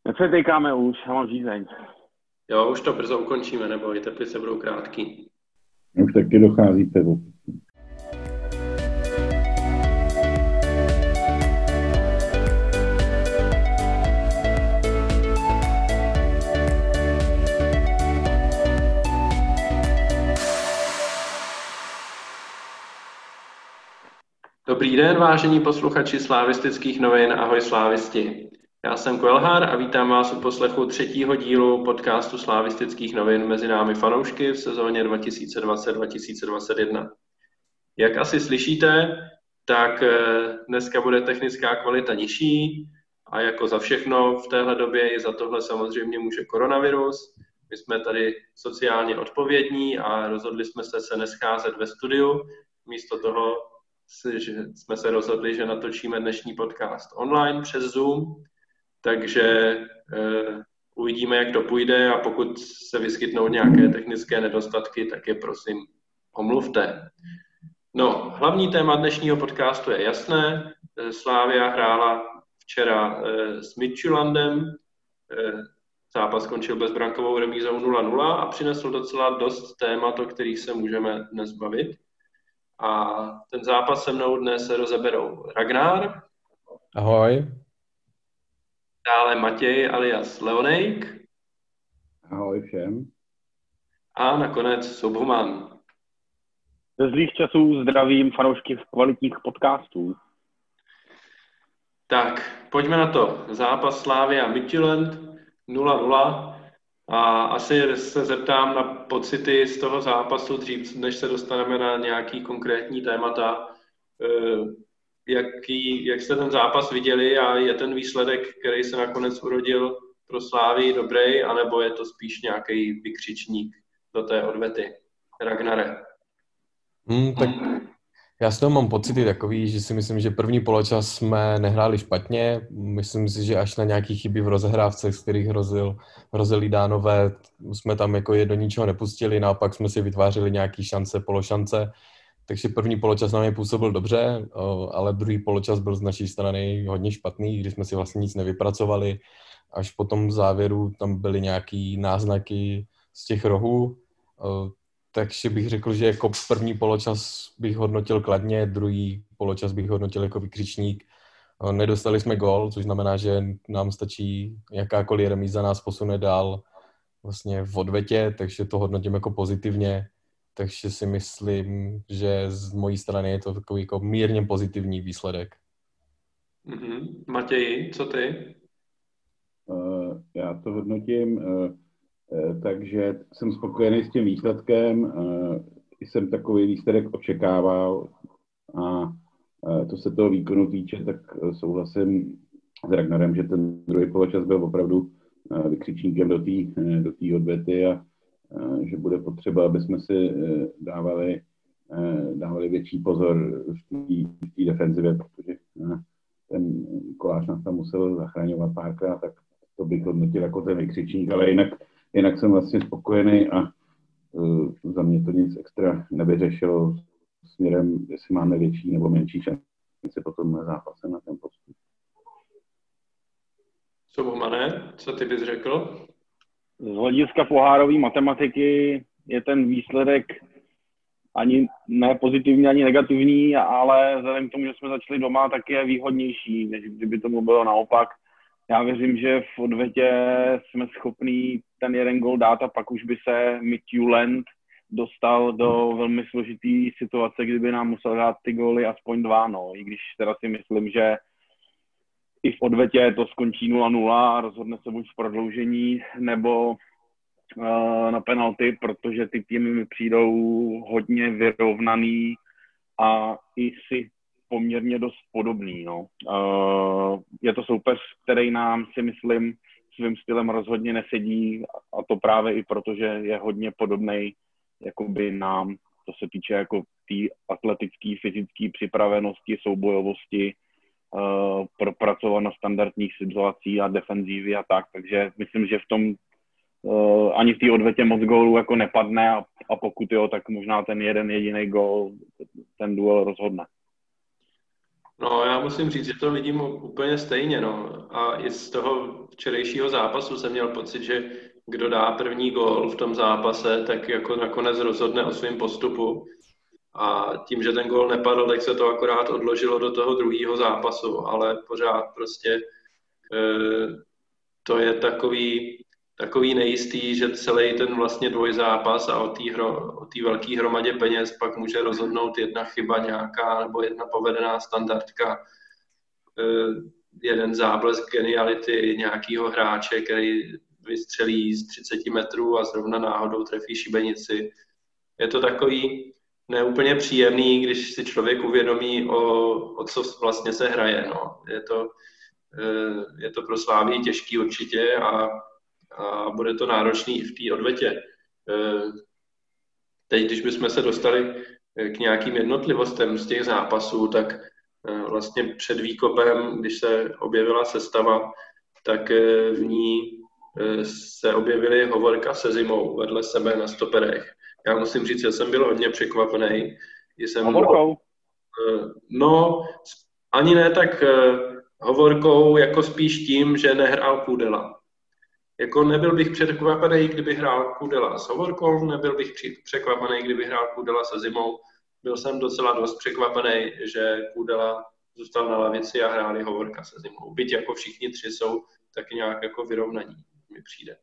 Nepřetejkáme už, já mám žízeň. Jo, už to brzo ukončíme, nebo i Teplice budou krátký. Už taky dochází pivo. Dobrý den, vážení posluchači slavistických novin, ahoj slávisti. Já jsem Kvelhár a vítám vás u poslechu 3. dílu podcastu slavistických novin mezi námi fanoušky v sezóně 2020-2021. Jak asi slyšíte, tak dneska bude technická kvalita nižší a jako za všechno v téhle době i za tohle samozřejmě může koronavirus. My jsme tady sociálně odpovědní a rozhodli jsme se nescházet ve studiu. Místo toho jsme se rozhodli, že natočíme dnešní podcast online přes Zoom, takže uvidíme, jak to půjde a pokud se vyskytnou nějaké technické nedostatky, tak je prosím omluvte. No, hlavní téma dnešního podcastu je jasné. Slavia hrála včera s Midtjyllandem. Zápas skončil bezbrankovou remízou 0-0 a přinesl docela dost témat, o kterých se můžeme dnes bavit. A ten zápas se mnou dnes rozeberou Ragnar. Ahoj. Dále Matěj alias Leonejk. Ahoj všem. A nakonec Subhuman. Ze zlých časů zdravím fanoušky kvalitních podcastů. Tak, pojďme na to. Zápas Slavia Midtjylland 0-0. A asi se zeptám na pocity z toho zápasu dřív, než se dostaneme na nějaký konkrétní témata. Jak jste ten zápas viděli a je ten výsledek, který se nakonec urodil pro Slavii dobrý, anebo je to spíš nějaký vykřičník do té odvety? Ragnare. Tak já z toho mám pocity takový, že si myslím, že první poločas jsme nehráli špatně. Myslím si, že až na nějaký chyby v rozehrávce, z kterých hrozili Dánové, jsme tam jako je do ničeho nepustili, naopak jsme si vytvářeli nějaký šance, pološance. Takže první poločas na mě působil dobře, ale druhý poločas byl z naší strany hodně špatný, když jsme si vlastně nic nevypracovali. Až po tom závěru tam byly nějaký náznaky z těch rohů. Takže bych řekl, že jako první poločas bych hodnotil kladně, druhý poločas bych hodnotil jako vykřičník. Nedostali jsme gól, což znamená, že nám stačí jakákoliv remíza nás posune dál vlastně v odvetě, takže to hodnotím jako pozitivně. Takže si myslím, že z mojí strany je to takový jako mírně pozitivní výsledek. Matěji, co ty? Já to hodnotím, takže jsem spokojený s tím výsledkem. Jsem takový výsledek očekával a to se toho výkonu týče, tak souhlasím s Ragnarem, že ten druhý poločas byl opravdu vykřičníkem do té odvety a že bude potřeba, aby jsme si dávali větší pozor v té defenzivě, protože ten Kolář nás tam musel zachraňovat párkrát, tak to bych hodnotil jako ten vykřičník, ale jinak jsem vlastně spokojený a za mě to nic extra nevyřešilo směrem, jestli máme větší nebo menší šanci potom na zápase na ten postup. Subhumane, co ty bys řekl? Z hlediska pohárové matematiky je ten výsledek ani ne pozitivní, ani negativní, ale vzhledem k tomu, že jsme začali doma, tak je výhodnější, než kdyby tomu bylo naopak. Já věřím, že v odvetě jsme schopní ten jeden gól dát a pak už by se Midtjylland dostal do velmi složitý situace, kdyby nám musel dát ty góly aspoň 2, no. I když teda si myslím, že i v odvetě to skončí 0-0 a rozhodne se buď v prodloužení nebo na penalty, protože ty týmy mi přijdou hodně vyrovnaný a i si poměrně dost podobný. No. Je to soupeř, který nám, si myslím, svým stylem rozhodně nesedí a to právě i proto, že je hodně podobnej jakoby nám, co se týče jako té atletické, fyzické připravenosti, soubojovosti, propracovat na standardních situacích a defenzívy a tak. Takže myslím, že v tom ani v té odvetě moc gólů jako nepadne a pokud jo, tak možná ten jeden jediný gól ten duel rozhodne. No, já musím říct, že to vidím úplně stejně, no. A i z toho včerejšího zápasu jsem měl pocit, že kdo dá první gól v tom zápase, tak jako nakonec rozhodne o svém postupu. A tím, že ten gól nepadl, tak se to akorát odložilo do toho druhého zápasu, ale pořád prostě to je takový nejistý, že celý ten vlastně dvojzápas a o té velké hromadě peněz pak může rozhodnout jedna chyba nějaká nebo jedna povedená standardka, jeden záblesk geniality nějakého hráče, který vystřelí z 30 metrů a zrovna náhodou trefí šibenici. Je to takový neúplně příjemný, když si člověk uvědomí, o co vlastně se hraje. No. Je to pro Slávii těžký určitě a bude to náročný i v té odvetě. Teď, když bychom se dostali k nějakým jednotlivostem z těch zápasů, tak vlastně před výkopem, když se objevila sestava, tak v ní se objevily Hovorka se Zimou vedle sebe na stoperech. Já musím říct, že jsem byl hodně překvapený. Hovorkou? No, ani ne tak Hovorkou, jako spíš tím, že nehrál Kudela. Jako nebyl bych překvapený, kdyby hrál Kudela s Hovorkou, nebyl bych překvapený, kdyby hrál Kudela se Zimou. Byl jsem docela dost překvapený, že Kudela zůstal na lavici a hráli Hovorka se Zimou. Byť jako všichni tři jsou taky nějak jako vyrovnaní, mi přijde.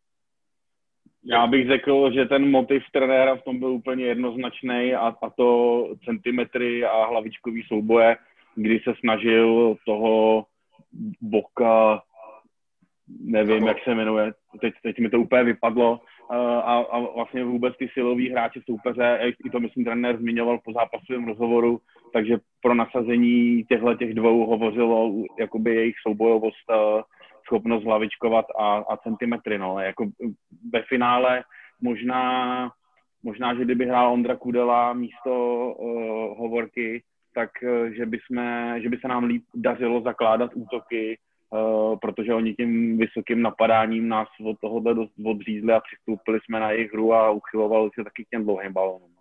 Já bych řekl, že ten motiv trenéra v tom byl úplně jednoznačný a to centimetry a hlavičkový souboje, kdy se snažil toho Boka, nevím, jak se jmenuje, teď mi to úplně vypadlo, a vlastně vůbec ty silový hráči soupeře, i to myslím trenér zmiňoval po zápasovém rozhovoru, takže pro nasazení těch dvou hovořilo jakoby jejich soubojovost, schopnost hlavičkovat a centimetry, no. Jako ve finále možná, že kdyby hrál Ondra Kudela místo Hovorky, tak že by se nám líp dařilo zakládat útoky, protože oni tím vysokým napadáním nás od tohohle dost odřízli a přistoupili jsme na jejich hru a uchylovali se taky k těm dlouhým balónům.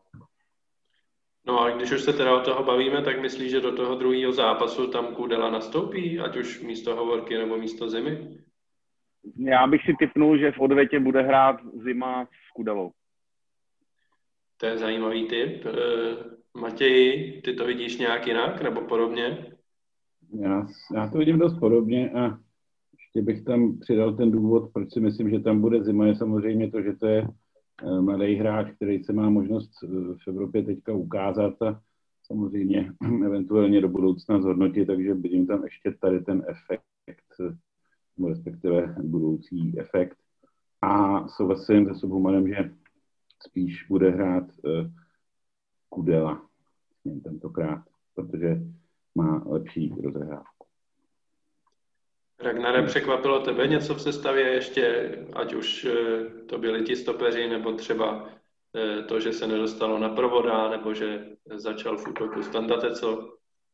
No a když už se teda o toho bavíme, tak myslíš, že do toho druhého zápasu tam Kudela nastoupí, ať už místo Hovorky nebo místo Zimy? Já bych si tipnul, že v odvetě bude hrát Zima s Kudelou. To je zajímavý tip. Matěj, ty to vidíš nějak jinak nebo podobně? Já to vidím dost podobně a ještě bych tam přidal ten důvod, proč si myslím, že tam bude Zima, je samozřejmě to, že to je mladý hráč, který se má možnost v Evropě teďka ukázat a samozřejmě eventuálně do budoucna zhodnotit, takže vidím tam ještě tady ten efekt, respektive budoucí efekt. A souhlasím se Subhumanem, že spíš bude hrát Kudela tentokrát, protože má lepší rozehrávku. Ragnare, překvapilo tebe něco v sestavě ještě, ať už to byli ti stopeři, nebo třeba to, že se nedostalo na Provoda, nebo že začal v útoku Standa Tecl?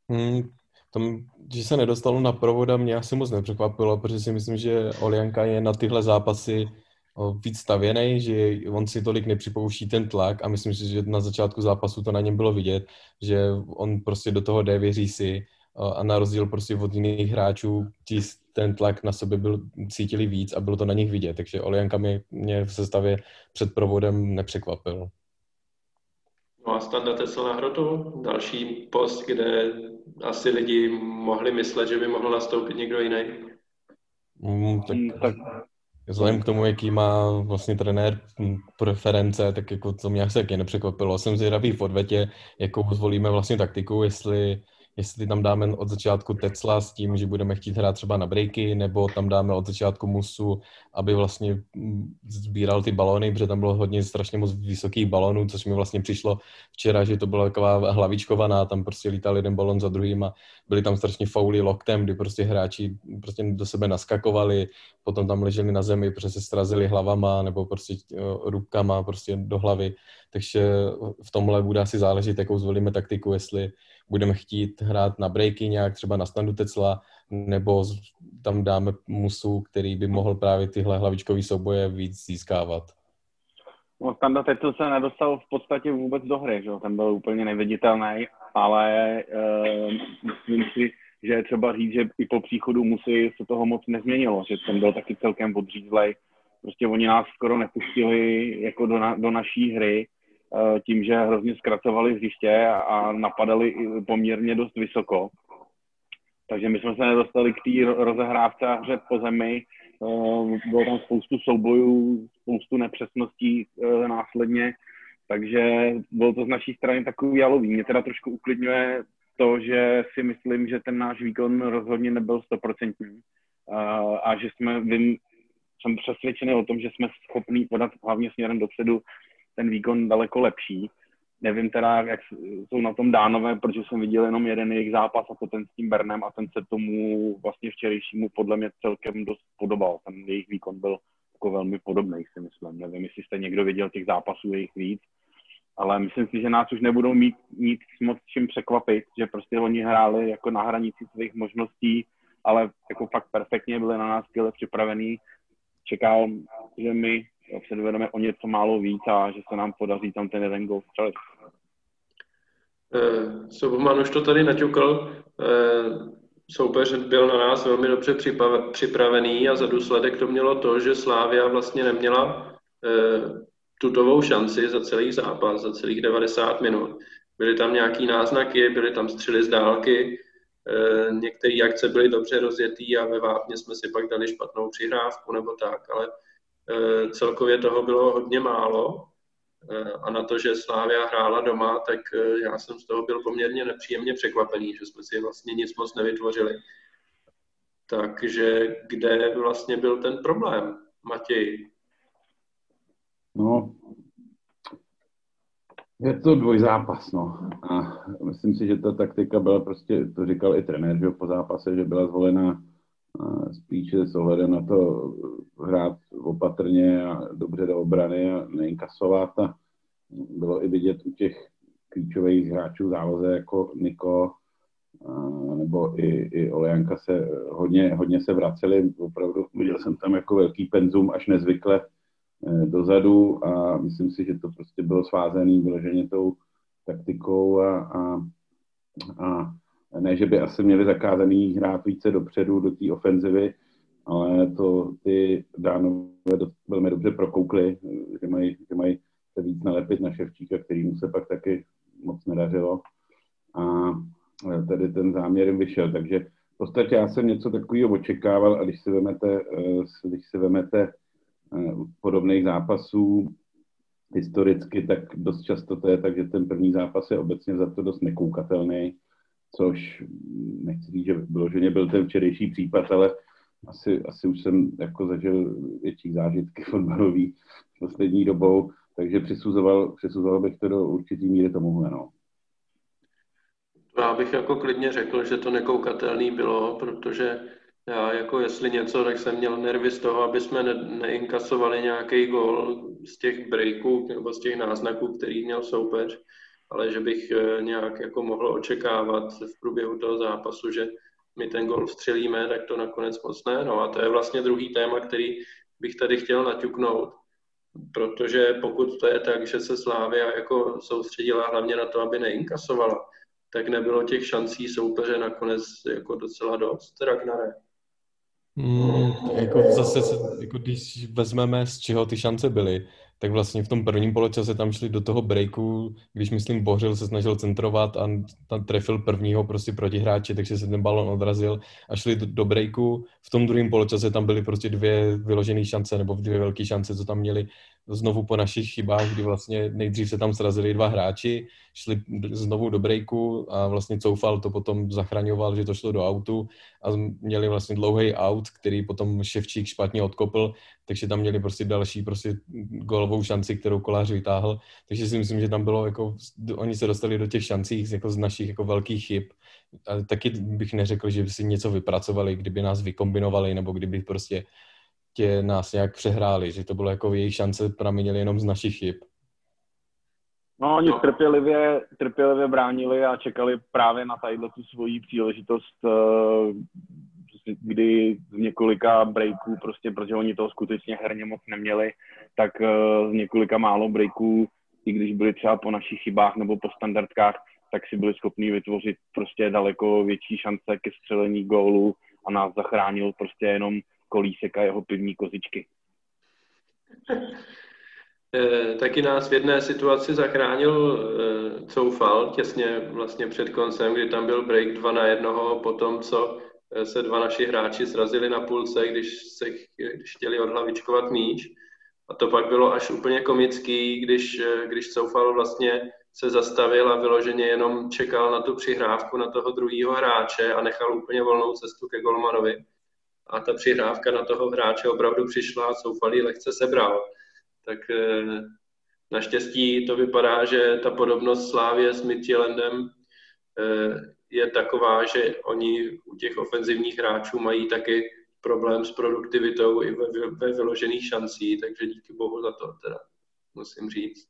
Že se nedostalo na Provoda, mě asi moc nepřekvapilo, protože si myslím, že Olianka je na tyhle zápasy víc stavěnej, že on si tolik nepřipouští ten tlak a myslím si, že na začátku zápasu to na něm bylo vidět, že on prostě do toho jde, věří si a na rozdíl prostě od jiných hráčů ten tlak na sobě cítili víc a bylo to na nich vidět, takže Olianka mě v sestavě před Provodem nepřekvapil. No a Standa Tecl na hrotu, další post, kde asi lidi mohli myslet, že by mohl nastoupit někdo jiný. Tak vzhledem k tomu, jaký má vlastně trenér preference, tak jako to mě asi taky nepřekvapilo. Jsem zvědavý v odvetě, jakou zvolíme vlastně taktiku, jestli tam dáme od začátku Tecla s tím, že budeme chtít hrát třeba na breaky, nebo tam dáme od začátku Musu, aby vlastně sbíral ty balony, protože tam bylo hodně strašně moc vysokých balonů, což mi vlastně přišlo včera, že to byla taková hlavičkovaná, tam prostě lítal jeden balon za druhým a byly tam strašně fauly loktem, kdy prostě hráči prostě do sebe naskakovali, potom tam leželi na zemi, protože se srazili hlavama nebo prostě rukama prostě do hlavy, takže v tomhle bude asi záležet, jakou zvolíme taktiku, jestli budeme chtít hrát na breaky nějak třeba na Standu Tecla, nebo tam dáme Musu, který by mohl právě tyhle hlavičkový souboje víc získávat. No, Standa Tecl se nedostal v podstatě vůbec do hry, že? Ten byl úplně neviditelný ale myslím si, že je třeba říct, že i po příchodu Musy se toho moc nezměnilo, že ten byl taky celkem odřízlej. Prostě oni nás skoro nepustili jako do naší hry, tím, že hrozně zkracovali hřiště a napadali poměrně dost vysoko. Takže my jsme se nedostali k té rozehrávce a hře po zemi. Bylo tam spoustu soubojů, spoustu nepřesností následně. Takže bylo to z naší strany takový jalový. Mě teda trošku uklidňuje to, že si myslím, že ten náš výkon rozhodně nebyl 100%. A že jsem přesvědčený o tom, že jsme schopní podat hlavně směrem dopředu ten výkon daleko lepší. Nevím teda, jak jsou na tom Dánové, protože jsem viděl jenom jeden jejich zápas a to ten s tím Bernem a ten se tomu vlastně včerejšímu podle mě celkem dost podobal. Ten jejich výkon byl jako velmi podobný, si myslím. Nevím, jestli jste někdo viděl těch zápasů jejich víc, ale myslím si, že nás už nebudou mít nic moc čím překvapit, že prostě oni hráli jako na hranici svých možností, ale jako fakt perfektně byli na nás skvěle připravení. Čekal, že my předvedeme o něco málo víc a že se nám podaří tam ten jeden gól vstřelit. Soboman už to tady naťukl. Soupeř byl na nás velmi dobře připravený a za důsledek to mělo to, že Slavia vlastně neměla tutovou šanci za celý zápas, za celých 90 minut. Byly tam nějaký náznaky, byly tam střely z dálky, některé akce byly dobře rozjetý a ve Vápně jsme si pak dali špatnou přihrávku nebo tak, ale celkově toho bylo hodně málo a na to, že Slavia hrála doma, tak já jsem z toho byl poměrně nepříjemně překvapený, že jsme si vlastně nic moc nevytvořili. Takže kde vlastně byl ten problém, Matěj? No, je to dvojzápas, no. A myslím si, že ta taktika byla prostě, to říkal i trenér, že po zápase, že byla zvolena spíše s ohledem na to hrát opatrně a dobře do obrany a neinkasovat. A bylo i vidět u těch klíčových hráčů záloze jako Niko nebo i Olejanka se hodně se vraceli. Opravdu viděl jsem tam jako velký penzum až nezvykle dozadu a myslím si, že to prostě bylo svázaný vyloženě tou taktikou a ne, že by asi měli zakázaný hrát více dopředu do té ofenzivy, ale to ty Dánové velmi dobře prokoukli, že mají se víc nalepit na Ševčíka, kterýmu se pak taky moc nedařilo. A tady ten záměr jim vyšel, takže v podstatě já jsem něco takového očekával a když si vemete podobných zápasů historicky, tak dost často to je tak, že ten první zápas je obecně za to dost nekoukatelný, což nechci říct, že vyloženě byl ten včerejší případ, ale asi už jsem jako zažil větší zážitky fotbalový poslední dobou, takže přisuzoval bych to do určitý míry tomuhle, no. Já bych jako klidně řekl, že to nekoukatelný bylo, protože já jako jestli něco, tak jsem měl nervy z toho, aby jsme neinkasovali nějaký gól z těch breaků nebo z těch náznaků, který měl soupeř, ale že bych nějak jako mohl očekávat v průběhu toho zápasu, že my ten gól vstřelíme, tak to nakonec moc ne. No a to je vlastně druhý téma, který bych tady chtěl naťuknout, protože pokud to je tak, že se Slavia jako soustředila hlavně na to, aby neinkasovala, tak nebylo těch šancí soupeře nakonec jako docela dost, Ragnare. Jako zase, jako když vezmeme, z čeho ty šance byly, tak vlastně v tom prvním poločase tam šli do toho breaku, když myslím Bořil se snažil centrovat a tam trefil prvního prostě protihráče, takže se ten balon odrazil a šli do breaku. V tom druhém poločase tam byly prostě 2 vyložené šance nebo 2 velké šance, co tam měli znovu po našich chybách, kdy vlastně nejdřív se tam srazili 2 hráči, šli znovu do breaku a vlastně Coufal to potom zachraňoval, že to šlo do autu a měli vlastně dlouhý aut, který potom Ševčík špatně odkopl, takže tam měli prostě další prostě gólovou šanci, kterou Kolář vytáhl, takže si myslím, že tam bylo jako, oni se dostali do těch šancí jako z našich jako velkých chyb. A taky bych neřekl, že by si něco vypracovali, kdyby nás vykombinovali, nebo kdyby prostě nás nějak přehráli, že to bylo jako jejich šance pramenily jenom z našich chyb. No, oni trpělivě bránili a čekali právě na tadyhle tu svoji příležitost, kdy z několika breaků, prostě, protože oni toho skutečně herně moc neměli, tak z několika málo breaků, i když byli třeba po našich chybách nebo po standardkách, tak si byli schopni vytvořit prostě daleko větší šance ke střelení gólu a nás zachránil prostě jenom Kolísek a jeho pivní kozičky. Taky nás v jedné situaci zachránil Coufal těsně vlastně před koncem, kdy tam byl break 2-1 po tom, co se dva naši hráči srazili na půlce, když chtěli odhlavičkovat míč. A to pak bylo až úplně komický, když Coufal vlastně se zastavil a vyloženě jenom čekal na tu přihrávku na toho druhého hráče a nechal úplně volnou cestu ke golmanovi. A ta přihrávka na toho hráče opravdu přišla a Coufal ji lehce sebral. Tak naštěstí to vypadá, že ta podobnost Slávie s Midtjyllandem je taková, že oni u těch ofenzivních hráčů mají taky problém s produktivitou i ve vyložených šancí, takže díky bohu za to teda, musím říct.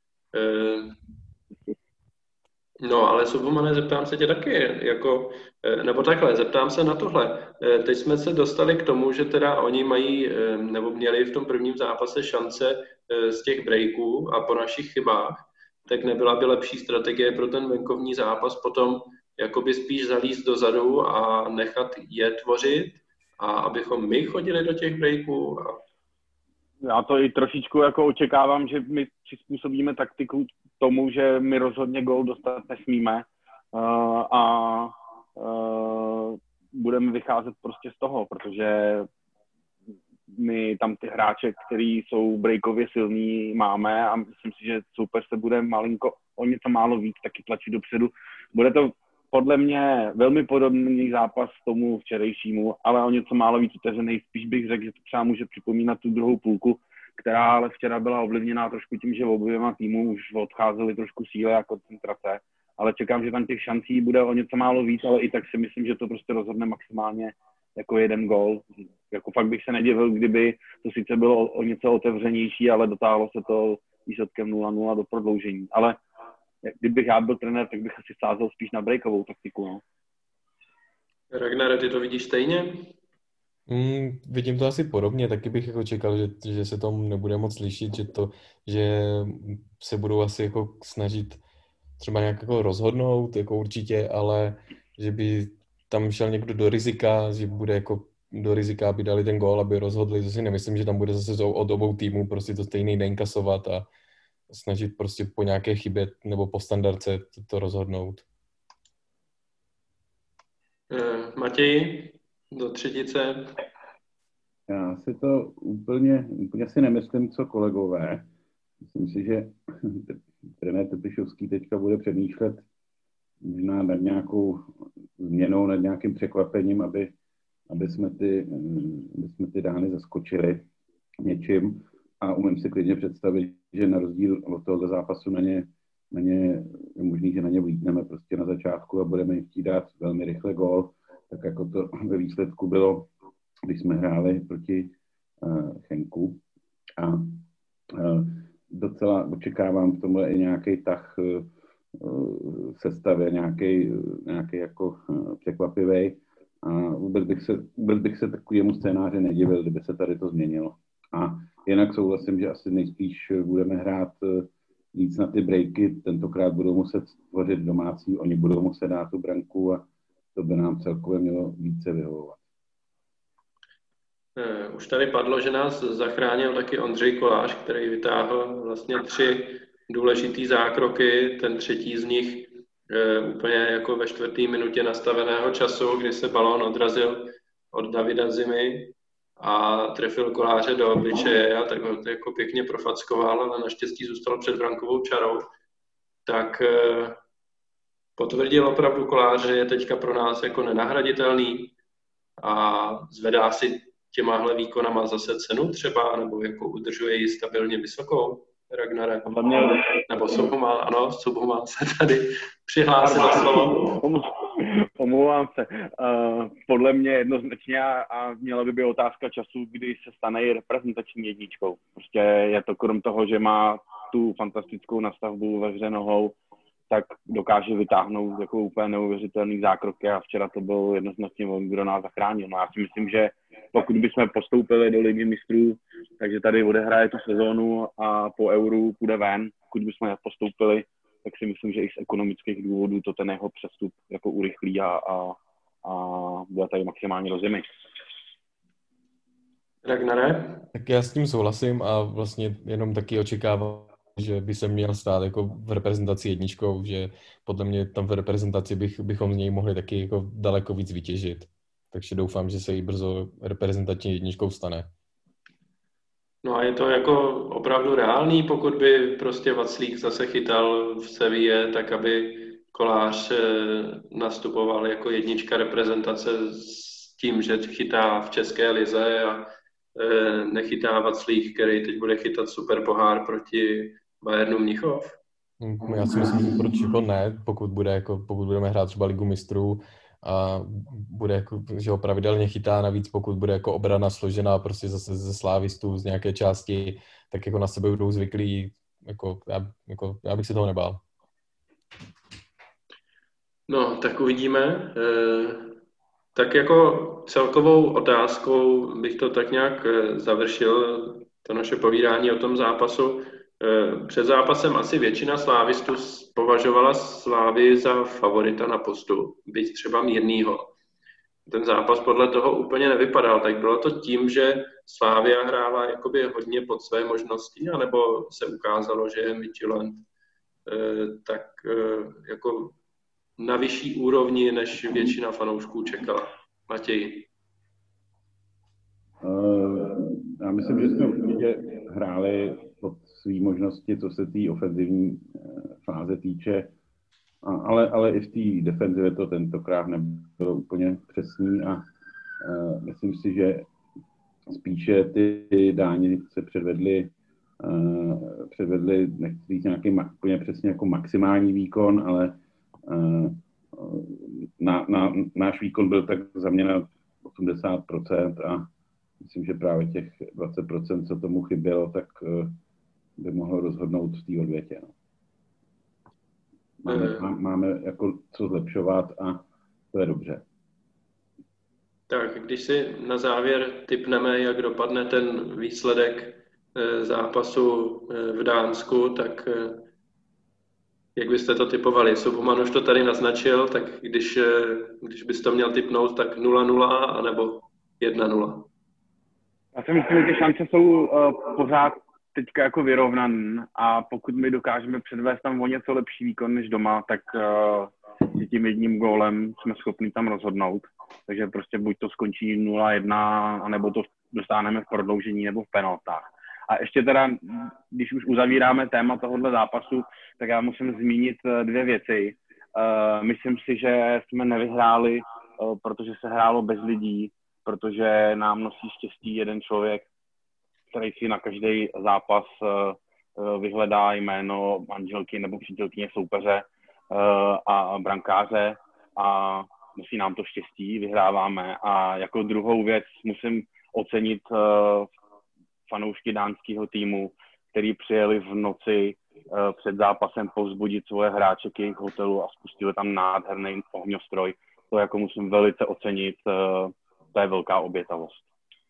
No, ale Subomane, zeptám se tě taky, nebo takhle, zeptám se na tohle. Teď jsme se dostali k tomu, že teda oni mají, nebo měli v tom prvním zápase šance z těch breaků a po našich chybách, tak nebyla by lepší strategie pro ten venkovní zápas potom jakoby spíš zalízt dozadu a nechat je tvořit a abychom my chodili do těch breaků? Já to i trošičku jako očekávám, že my přizpůsobíme taktiku tomu, že my rozhodně gól dostat nesmíme a budeme vycházet prostě z toho, protože my tam ty hráče, kteří jsou breakově silní, máme a myslím si, že super se bude malinko o něco málo víc taky tlačit dopředu. Bude to podle mě velmi podobný zápas tomu včerejšímu, ale o něco málo víc otevřený. Spíš bych řekl, že to třeba může připomínat tu druhou půlku, která ale včera byla ovlivněná trošku tím, že oběma týmů už odcházely trošku síly a koncentrace. Ale čekám, že tam těch šancí bude o něco málo víc, ale i tak si myslím, že to prostě rozhodne maximálně jako jeden gól. Jako fakt bych se nedivil, kdyby to sice bylo o něco otevřenější, ale dotáhlo se to výsledkem 0-0 do prodloužení. Ale kdybych já byl trenér, tak bych asi sázel spíš na breakovou taktiku. No. Ragnare, ty to vidíš stejně? Vidím to asi podobně, taky bych jako čekal, že se tomu nebude moc lišit, že se budou asi jako snažit třeba nějak jako rozhodnout, jako určitě, ale že by tam šel někdo do rizika, že bude jako do rizika, aby dali ten gól, aby rozhodli, to si nemyslím, že tam bude zase od obou týmů prostě to stejný neinkasovat a snažit prostě po nějaké chybě nebo po standardce to rozhodnout. Matěj, do třetice. Já si to úplně si nemyslím, co kolegové. Myslím si, že trenér Trpišovský teďka bude přemýšlet možná nad nějakou změnou, nad nějakým překvapením, aby jsme ty dány zaskočili něčím. A umím si klidně představit, že na rozdíl od tohoto zápasu na ně je možný, že na ně vlítneme prostě na začátku a budeme jim chtít dát velmi rychle gól, tak jako to ve výsledku bylo, když jsme hráli proti Chenku. A docela očekávám v tomhle i nějaký tah sestavě, nějaký jako překvapivý. A vůbec bych se takovému scénáři nedivil, kdyby se tady to změnilo. A jinak souhlasím, že asi nejspíš budeme hrát víc na ty breaky, tentokrát budou muset tvořit domácí, oni budou muset dát tu branku a to by nám celkově mělo více vyhovovat. Už tady padlo, že nás zachránil taky Ondřej Kolář, který vytáhl vlastně 3 důležitý zákroky, ten třetí z nich úplně jako ve 4. minutě nastaveného času, kdy se balón odrazil od Davida Zimy a trefil Koláře do obličeje a tak ho jako pěkně profackoval, ale naštěstí zůstal před brankovou čarou. Tak potvrdil opravdu Kolář, že je teďka pro nás jako nenahraditelný a zvedá si těmahle výkonama zase cenu třeba, nebo jako udržuje ji stabilně vysokou, Ragnare? Nebo Subomán se tady přihlásil slovo. Omlouvám se. Podle mě jednoznačně a měla by být otázka času, kdy se stane i reprezentační jedničkou. Prostě je to krom toho, že má tu fantastickou nastavbu ve hře nohou, tak dokáže vytáhnout jako úplně neuvěřitelný zákroky a včera to byl jednoznačně on, kdo nás zachránil. No já si myslím, že pokud bychom postoupili do Ligy mistrů, takže tady odehraje tu sezónu a po Euru půjde ven. Pokud bychom postoupili, tak si myslím, že i z ekonomických důvodů to ten jeho přestup jako urychlí a bude tady maximálně do zimy. Ragnare? Tak já s tím souhlasím a vlastně jenom taky očekávám, že by se měl stát jako v reprezentaci jedničkou, že podle mě tam v reprezentaci bychom z něj mohli taky jako daleko víc vytěžit. Takže doufám, že se jí brzo reprezentační jedničkou stane. No a je to jako opravdu reálný, pokud by prostě Vaclík zase chytal v Seville, tak aby Kolář nastupoval jako jednička reprezentace s tím, že chytá v České lize a nechytá Vaclík, který teď bude chytat super pohár proti Bayernu Mnichov? Já si myslím, že proč jako ne, pokud budeme hrát třeba Ligu mistrů a bude jako, že ho pravidelně chytá, navíc pokud bude jako obrana složená prostě zase ze slávistů z nějaké části, tak jako na sebe budou zvyklí, já bych se toho nebál. No, tak uvidíme. Tak jako celkovou otázkou bych to tak nějak završil, to naše povídání o tom zápasu. Před zápasem asi většina slávistů považovala Slávy za favorita na postup, byť třeba mírnýho. Ten zápas podle toho úplně nevypadal, tak bylo to tím, že Slavia hrála jakoby hodně pod své možnosti, anebo se ukázalo, že je Midtjylland tak jako na vyšší úrovni, než většina fanoušků čekala. Matěj. Já myslím, že jsme určitě hráli pod svý možnosti, co se té ofenzivní fáze týče, ale i v té defenzivě to tentokrát nebylo úplně přesný a myslím si, že spíše ty Dáni se předvedli, nechci říct nějaký úplně přesně jako maximální výkon, ale náš výkon byl tak za mě na 80% a myslím, že právě těch 20%, co tomu chybělo, tak by mohlo rozhodnout v té odvětě. No. Máme jako co zlepšovat a to je dobře. Tak, když si na závěr tipneme, jak dopadne ten výsledek zápasu v Dánsku, tak jak byste to tipovali? Subhuman už to tady naznačil, tak když bys to měl tipnout, tak 0-0 anebo 1-0? Já si myslím, že ty šance jsou pořád teďka jako vyrovnaný a pokud my dokážeme předvést tam o něco lepší výkon než doma, tak tím jedním gólem jsme schopni tam rozhodnout. Takže prostě buď to skončí 0-1, anebo to dostáhneme v prodloužení nebo v penaltách. A ještě teda, když už uzavíráme téma tohohle zápasu, tak já musím zmínit dvě věci. Myslím si, že jsme nevyhráli, protože se hrálo bez lidí, protože nám nosí štěstí jeden člověk, který si na každý zápas vyhledá jméno manželky nebo přítelkyně soupeře a brankáře a musí nám to štěstí, vyhráváme. A jako druhou věc musím ocenit fanoušky dánského týmu, který přijeli v noci před zápasem povzbudit svoje hráče k jejich hotelu a spustili tam nádherný ohňostroj. To jako musím velice ocenit, to je velká obětavost.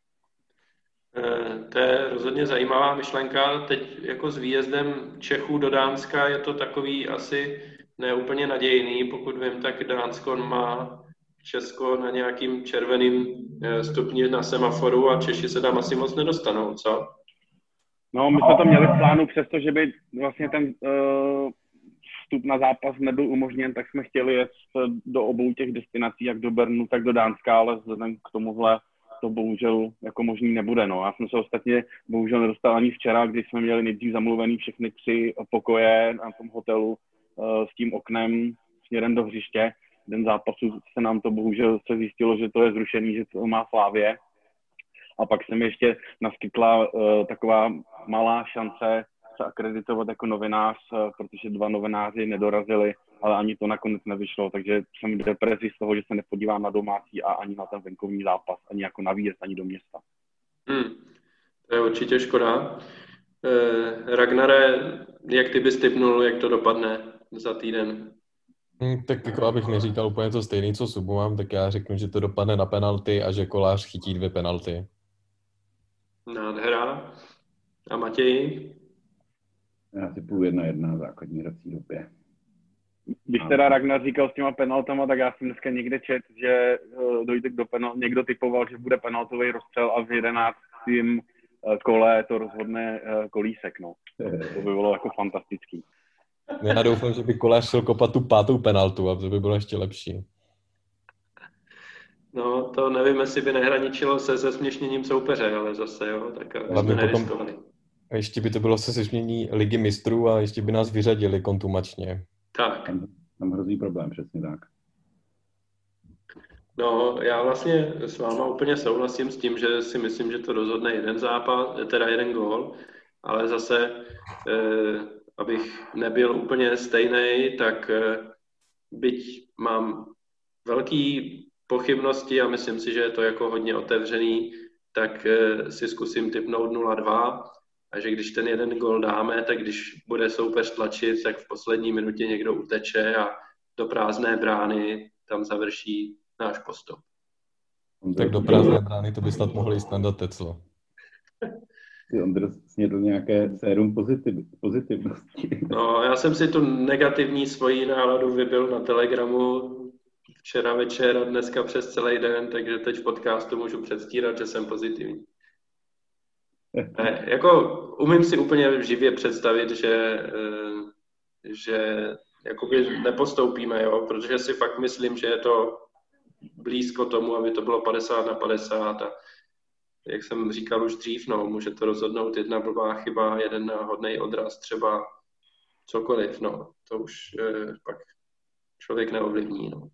To je rozhodně zajímavá myšlenka. Teď jako s výjezdem Čechů do Dánska je to takový asi neúplně nadějný. Pokud vím, tak Dánsko má Česko na nějakým červeným stupni na semaforu a Češi se tam asi moc nedostanou, co? No, my jsme to měli v plánu, přestože by vlastně ten vstup na zápas nebyl umožněn, tak jsme chtěli jet do obou těch destinací, jak do Bernu, tak do Dánska, ale vzhledem k tomuhle to bohužel jako možný nebude. No. Já jsem se ostatně bohužel nedostal ani včera, když jsme měli nejdřív zamluvený všechny 3 pokoje na tom hotelu s tím oknem směrem do hřiště. Den zápasu se nám to bohužel se zjistilo, že to je zrušený, že to má Slavie. A pak se mi ještě naskytla taková malá šance se akreditovat jako novinář, protože 2 novináři nedorazili, ale ani to nakonec nevyšlo, takže jsem v depresi z toho, že se nepodívám na domácí a ani na ten venkovní zápas, ani jako na výjezd, ani do města. To je určitě škoda. Ragnare, jak ty bys tipnul, jak to dopadne za týden? Tak jako abych neříkal úplně to stejný, co Subhuman, tak já řeknu, že to dopadne na penalty a že Kolář chytí 2 penalty. Nádhera. A Matěj? Já typuji 1-1 základní hrací době. Když teda Ragnar říkal s těma penaltama, tak já jsem dneska někde čet, že dojde do někdo typoval, že bude penaltový rozstřel a v 11. kole to rozhodne Kolísek, no. To by bylo jako fantastický. Já doufám, že by Kolář šel kopat tu 5. penaltu a to by bylo ještě lepší. No, to nevím, jestli by nehraničilo se zesměšněním soupeře, ale zase, jo, tak jsme neriskovali. Ještě by to bylo se zesměšnění Ligy mistrů a ještě by nás vyřadili kontumačně. Tak. Tam hrozí problém, přesně tak. No, já vlastně s váma úplně souhlasím s tím, že si myslím, že to rozhodne jeden zápas, teda jeden gól, ale zase, abych nebyl úplně stejnej, tak byť mám velký pochybnosti a myslím si, že je to jako hodně otevřený, tak si zkusím tipnout 0-2 a že když ten jeden gól dáme, tak když bude soupeř tlačit, tak v poslední minutě někdo uteče a do prázdné brány tam završí náš postup. Tak do prázdné brány to by snad mohli Standa Teclo. Ondra snědl nějaké sérum pozitivnosti. No, já jsem si tu negativní svoji náladu vybil na Telegramu včera večer a dneska přes celý den, takže teď v podcastu můžu předstírat, že jsem pozitivní. Jako umím si úplně živě představit, že jakoby nepostoupíme, jo, protože si fakt myslím, že je to blízko tomu, aby to bylo 50-50 a jak jsem říkal už dřív, no, může to rozhodnout jedna blbá chyba, jeden náhodný odraz, třeba cokoliv, no, to už pak člověk neovlivní, no.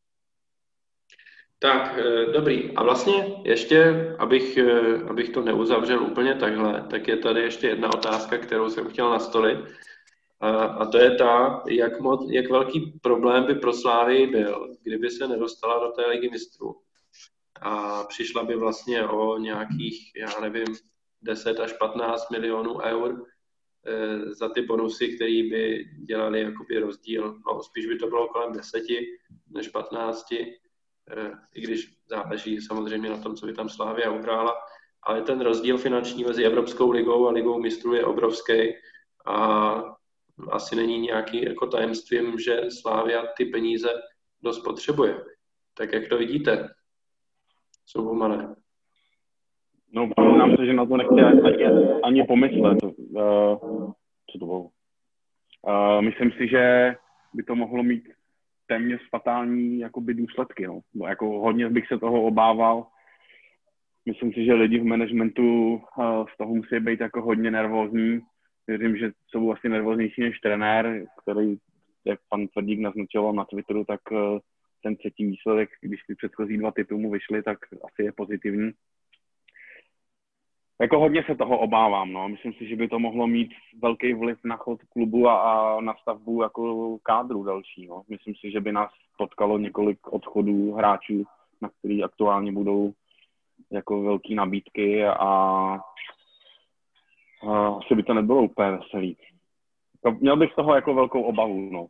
Tak, dobrý. A vlastně ještě, abych to neuzavřel úplně takhle, tak je tady ještě jedna otázka, kterou jsem chtěl nastolit. A to je ta, jak velký problém by pro Slávii byl, kdyby se nedostala do té Ligy mistrů. A přišla by vlastně o nějakých, já nevím, 10 až 15 milionů eur za ty bonusy, které by dělali jakoby rozdíl. No, spíš by to bylo kolem 10 než 15, i když záleží samozřejmě na tom, co by tam Slavia uhrála. Ale ten rozdíl finanční mezi Evropskou ligou a Ligou mistrů je obrovský a asi není nějaký jako tajemstvím, že Slavia ty peníze dost potřebuje. Tak jak to vidíte? Soubomané. No, přiznám se, že na to nechci ani pomyslet. Co to bylo? Myslím si, že by to mohlo mít téměř fatální jakoby důsledky. No. Jako hodně bych se toho obával. Myslím si, že lidi v managementu z toho musí být jako hodně nervózní. Věřím, že jsou asi nervóznější než trenér, který, jak pan Tvrdík naznačoval na Twitteru, tak ten třetí výsledek, když ty předchozí 2 typy mu vyšly, tak asi je pozitivní. Jako hodně se toho obávám, no. Myslím si, že by to mohlo mít velký vliv na chod klubu a na stavbu jako kádru další, no. Myslím si, že by nás potkalo několik odchodů hráčů, na který aktuálně budou jako velký nabídky a asi by to nebylo úplně veselý. Měl bych z toho jako velkou obavu, no.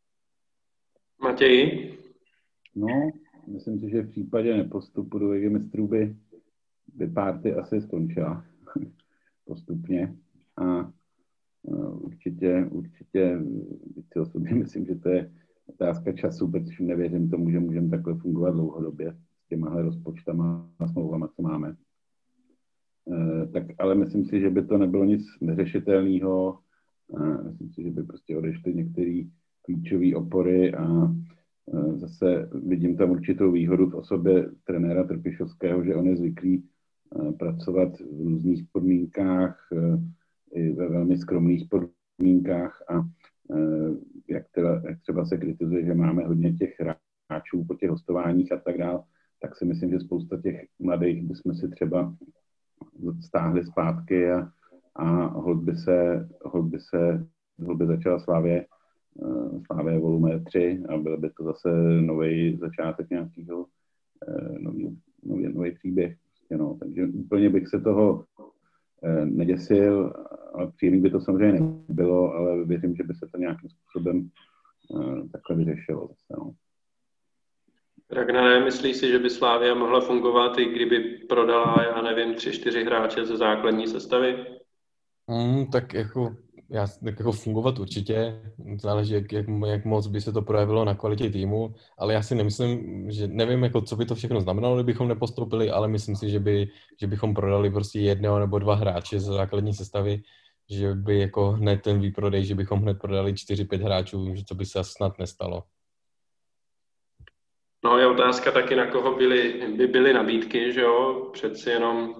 Matěj? No, myslím si, že v případě nepostupu do Ligy mistrů by party asi skončila postupně a určitě si osobně myslím, že to je otázka času, protože nevěřím tomu, že můžeme takhle fungovat dlouhodobě s těmahle rozpočtama a smlouvama, co máme. Tak ale myslím si, že by to nebylo nic neřešitelného. Myslím si, že by prostě odešly některé klíčové opory a zase vidím tam určitou výhodu v osobě trenéra Trpišovského, že on je zvyklý pracovat v různých podmínkách, i ve velmi skromných podmínkách a jak třeba se kritizuje, že máme hodně těch hráčů po těch hostováních a tak dále, tak si myslím, že spousta těch mladých bychom si třeba stáhli zpátky a hod by začala Slavie volume 3 a byl by to zase nový začátek nějakého nový příběh. Prostě, no. Takže úplně bych se toho neděsil, ale příjemný by to samozřejmě nebylo, ale věřím, že by se to nějakým způsobem takhle vyřešilo zase. No. Ragnare, myslíš si, že by Slavia mohla fungovat, i kdyby prodala, já nevím, 3-4 hráče ze základní sestavy? Tak jako tak jako fungovat určitě, záleží, jak moc by se to projevilo na kvalitě týmu, ale já si nemyslím, že nevím, jako, co by to všechno znamenalo, kdybychom nepostoupili, ale myslím si, že bychom prodali prostě 1 nebo 2 hráče z základní sestavy, že by jako hned ten výprodej, že bychom hned prodali 4-5 hráčů, že to by se snad nestalo. No je otázka taky, na koho by byly nabídky, že jo, přeci jenom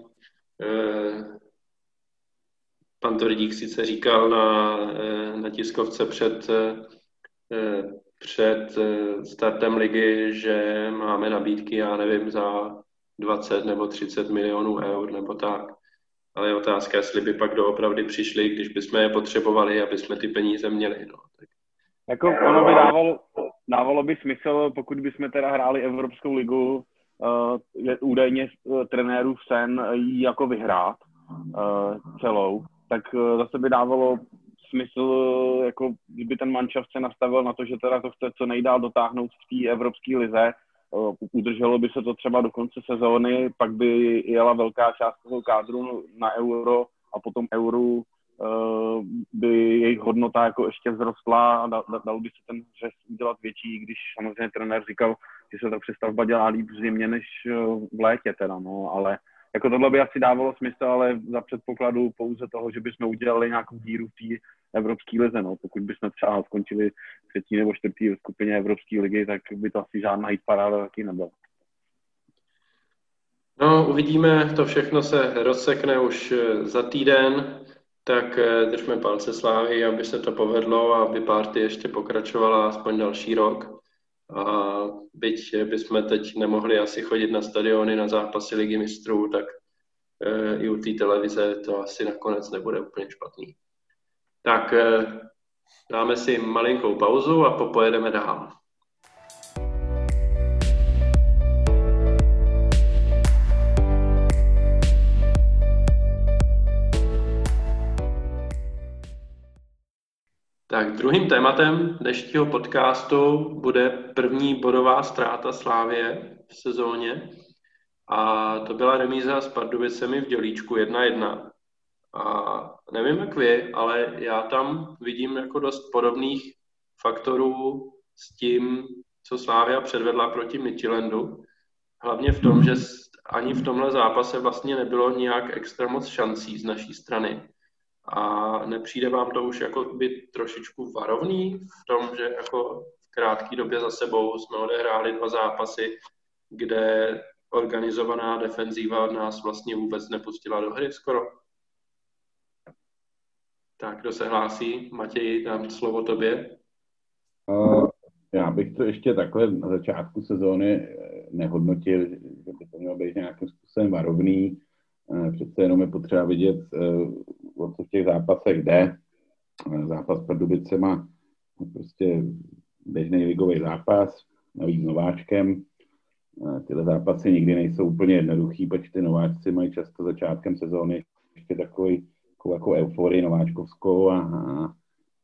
pan Tvrdík sice říkal na tiskovce před startem ligy, že máme nabídky, já nevím, za 20 nebo 30 milionů eur nebo tak. Ale je otázka, jestli by pak doopravdy přišli, když bychom je potřebovali, aby jsme ty peníze měli. No. Tak. Jako ono by dávalo by smysl, pokud bychom teda hráli Evropskou ligu, údajně trenérův sen jí jako vyhrát celou, tak zase by dávalo smysl, jako kdyby ten manšaft se nastavil na to, že teda to chce co nejdál dotáhnout v té Evropské lize, udrželo by se to třeba do konce sezóny, pak by jela velká část toho kádru na Euro a potom Euro by jejich hodnota jako ještě vzrostla a dal by se ten řez udělat větší, když samozřejmě trenér říkal, že se ta přestavba dělá líp v zimě než v létě teda, no, ale jako tohle by asi dávalo smysl, ale za předpokladu pouze toho, že bychom udělali nějakou díru v té Evropské lize, no, pokud bychom třeba skončili 3. nebo 4. v skupině Evropské ligy, tak by to asi žádná hitparáda taky nebyla. No, uvidíme, to všechno se rozsekne už za týden, tak držme palce Slávy, aby se to povedlo a aby party ještě pokračovala aspoň další rok. A byť bychom teď nemohli asi chodit na stadiony, na zápasy Ligy mistrů, tak i u té televize to asi nakonec nebude úplně špatný. Tak dáme si malinkou pauzu a popojedeme dál. Tak druhým tématem dnešního podcastu bude první bodová ztráta Slávie v sezóně a to byla remíza s Pardubicemi v Dělíčku 1-1. A nevím jak vy, ale já tam vidím jako dost podobných faktorů s tím, co Slavia předvedla proti Midtjyllandu. Hlavně v tom, že ani v tomhle zápase vlastně nebylo nějak extra moc šancí z naší strany. A nepřijde vám to už jako by trošičku varovný v tom, že jako v krátké době za sebou jsme odehráli 2 zápasy, kde organizovaná defenzíva nás vlastně vůbec nepustila do hry skoro? Tak, kdo se hlásí? Matěj, dám slovo tobě. Já bych to ještě takhle na začátku sezóny nehodnotil, že by to mělo být nějakým způsobem varovný. Přece jenom je potřeba vidět, o co v těch zápasech jde. Zápas s Pardubicema prostě běžný ligový zápas, navíc nováčkem. Tyhle zápasy nikdy nejsou úplně jednoduchý, protože ty nováčci mají často začátkem sezóny ještě takovou euforii nováčkovskou a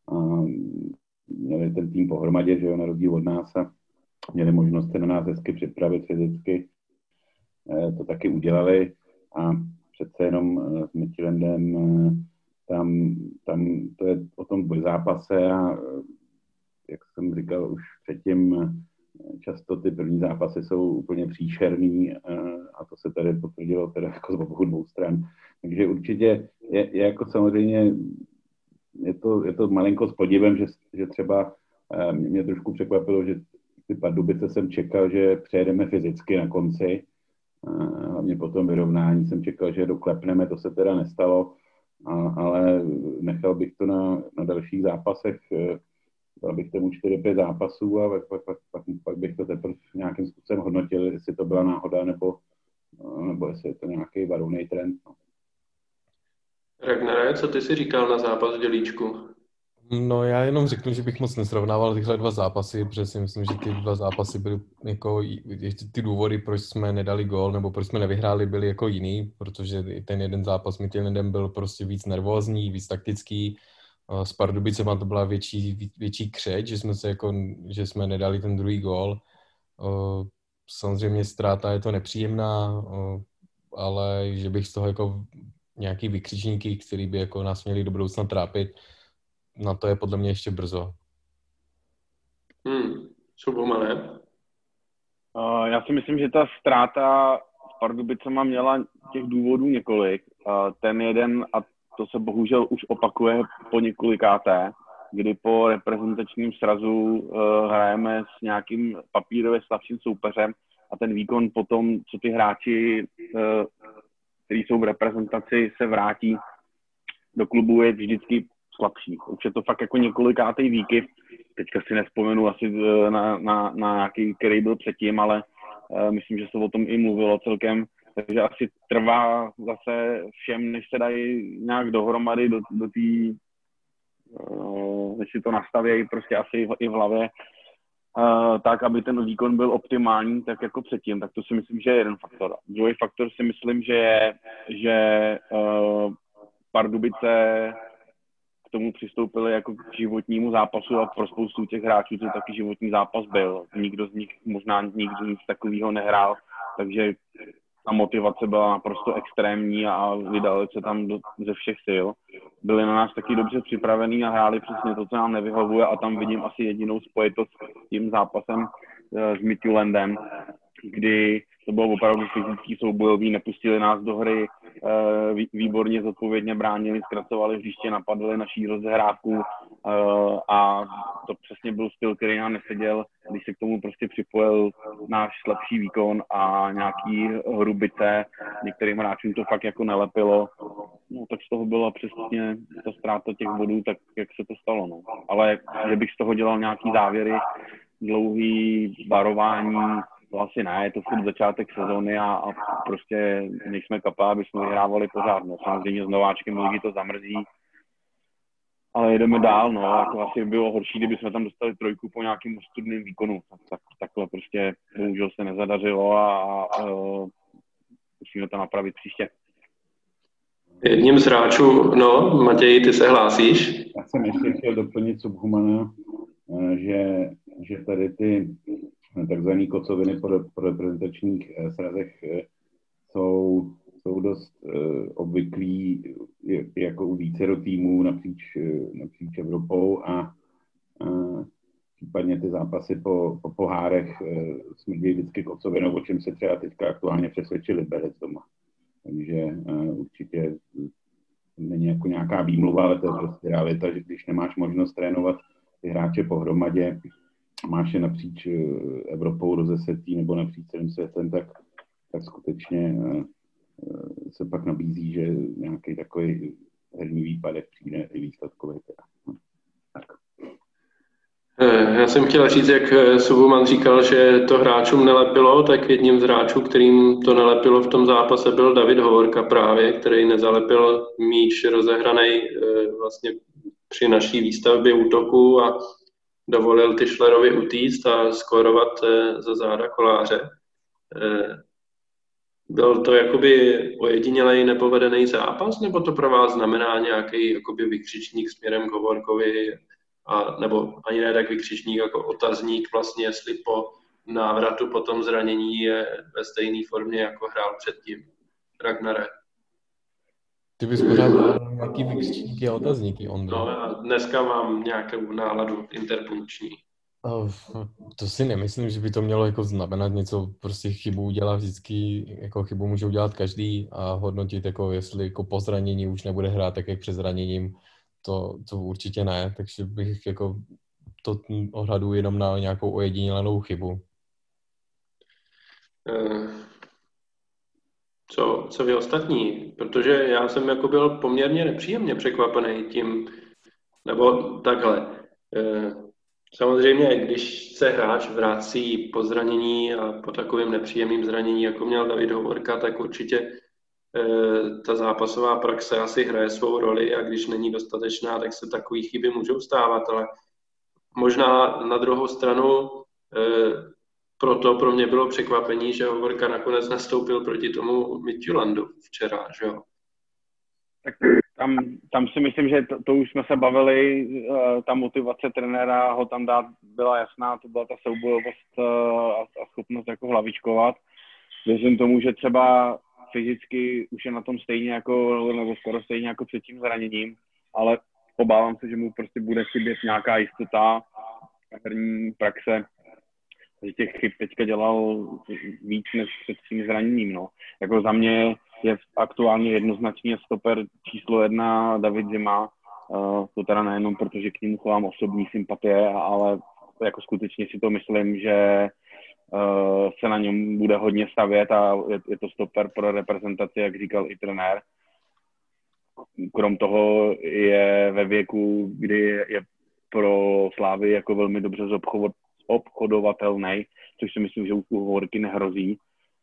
měli ten tým pohromadě, že jo, na rozdíl od nás a měli možnost se na nás hezky připravit fyzicky. To taky udělali a přece jenom s Midtjyllandem tam to je o tom dvojzápase a jak jsem říkal už předtím, často ty první zápasy jsou úplně příšerný a to se tady potvrdilo teda jako z obou 2 stran. Takže určitě je jako samozřejmě je to malinko s podivem, že třeba mě trošku překvapilo, že ty Pardubice jsem čekal, že přejedeme fyzicky na konci. Hlavně po tom vyrovnání jsem čekal, že doklepneme, to se teda nestalo, ale nechal bych to na dalších zápasech, dal bych tomu 4-5 zápasů a pak bych to teprve nějakým způsobem hodnotil, jestli to byla náhoda, nebo jestli je to nějaký varovný trend. No. Ragnare, co ty si říkal na zápas v Dělíčku? No já jenom řeknu, že bych moc nesrovnával tyhle 2 zápasy, protože si myslím, že ty 2 zápasy byly jako, ještě ty důvody, proč jsme nedali gól, nebo proč jsme nevyhráli, byly jako jiný, protože ten jeden zápas s Midtjyllandem byl prostě víc nervózní, víc taktický. S Pardubicema to byla větší křeč, že jsme nedali ten druhý gól. Samozřejmě ztráta je to nepříjemná, ale že bych z toho jako nějaký vykřičníky, který by jako nás měli do budoucna trápit, na to je podle mě ještě brzo. Subomane? Já si myslím, že ta ztráta s Pardubicema měla těch důvodů několik. Ten jeden, a to se bohužel už opakuje po několikáté, kdy po reprezentačním srazu hrajeme s nějakým papírově slabším soupeřem a ten výkon potom, co ty hráči, kteří jsou v reprezentaci, se vrátí do klubu, je vždycky slabší. Už je to fakt jako několikátej výkyv. Teďka si nevzpomenu asi na nějaký, který byl předtím, ale myslím, že se o tom i mluvilo celkem. Takže asi trvá zase všem, než se dají nějak dohromady do té, než si to nastaví prostě asi i v hlavě, tak, aby ten výkon byl optimální, tak jako předtím. Tak to si myslím, že je jeden faktor. Druhý faktor si myslím, že je, že Pardubice k tomu přistoupili jako k životnímu zápasu a pro spoustu těch hráčů to taky životní zápas byl. Nikdo z nich, možná nikdo nic takového nehrál, takže ta motivace byla naprosto extrémní a vydali se tam ze všech sil. Byli na nás taky dobře připravení a hráli přesně to, co nám nevyhovuje a tam vidím asi jedinou spojitost s tím zápasem s Midtjyllandem, kdy to bylo opravdu fyzický soubojový, nepustili nás do hry, výborně zodpovědně bránili, zkracovali hřiště, napadli naší rozehrávku a to přesně byl styl, který nám neseděl, když se k tomu prostě připojil náš slabší výkon a nějaký hrubice, některým hráčům to fakt jako nelepilo, no tak z toho byla přesně ta ztráta těch bodů, tak jak se to stalo, no. Ale že bych z toho dělal nějaký závěry, dlouhý varování, to asi ne, je to furt začátek sezóny a prostě nejsme kapá, aby jsme vyhrávali pořád. No. Samozřejmě s nováčkem lidi to zamrzí, ale jedeme dál, no. Jako asi bylo horší, kdyby jsme tam dostali 3 po nějakým ostudným výkonu. Takhle prostě bohužel se nezadařilo a musíme to napravit příště. Jedním z hráčů, no, Matěj, ty se hlásíš? Já jsem ještě chtěl doplnit Subhumana, že tady ty takzvané kocoviny po reprezentačních srazech jsou dost obvyklý jako u vícero týmů napříč Evropou a případně ty zápasy po pohárech smrdí vždycky kocovinou, o čem se třeba teďka aktuálně přesvědčil Liberec doma. Takže určitě není jako nějaká výmluva, ale to je prostě realita, že když nemáš možnost trénovat ty hráče pohromadě, máš je napříč Evropou rozesetý nebo napříč celým světem, tak skutečně se pak nabízí, že nějaký takový herní výpadek přijde i výsledkový. Tak. Já jsem chtěl říct, jak Subuman říkal, že to hráčům nelepilo, tak jedním z hráčů, kterým to nelepilo v tom zápase, byl David Hovorka právě, který nezalepil míč rozehraný vlastně při naší výstavbě útoku a dovolil Tischlerovi utíct a skórovat za záda Koláře. Byl to jakoby ojedinělej nepovedený zápas, nebo to pro vás znamená nějaký jakoby vykřičník směrem k Hovorkovi, nebo ani ne tak vykřičník jako otazník vlastně, jestli po návratu po tom zranění je ve stejné formě, jako hrál předtím? Ragnare. Ty bys pořád dal nějaký vykřičníky a otazníky, Ondro. No, já dneska mám nějakou náladu interpunkční. To si nemyslím, že by to mělo jako znamenat něco, prostě chybu udělá vždycky, jako chybu může udělat každý a hodnotit, jako jestli jako po zranění už nebude hrát tak, jak před zraněním, to určitě ne, takže bych jako to ohledu jenom na nějakou ojedinělenou chybu. Co vy ostatní? Protože já jsem jako byl poměrně nepříjemně překvapený tím, nebo takhle. Samozřejmě, když se hráč vrací po zranění a po takovém nepříjemném zranění, jako měl David Hovorka, tak určitě ta zápasová praxe asi hraje svou roli a když není dostatečná, tak se takové chyby můžou stávat, ale možná na druhou stranu proto pro mě bylo překvapení, že Hovorka nakonec nastoupil proti tomu Midtjyllandu včera, že jo? Tak tam si myslím, že to už jsme se bavili, ta motivace trenéra ho tam dát byla jasná, to byla ta soubojovost a schopnost jako hlavičkovat. Věřím tomu, že třeba fyzicky už je na tom stejně jako, nebo skoro stejně jako před tím zraněním, ale obávám se, že mu prostě bude chybět nějaká jistota, herní praxe, že těch chyb teďka dělal víc než před tím zraněním, no. Jako za mě je aktuálně jednoznačně stoper číslo 1 David Zima, to teda nejenom protože k němu chovám osobní sympatie, ale jako skutečně si to myslím, že se na něm bude hodně stavět a je to stoper pro reprezentaci, jak říkal i trenér. Krom toho je ve věku, kdy je pro Slávy jako velmi dobře obchodovatelný, což si myslím, že u Hovorky nehrozí.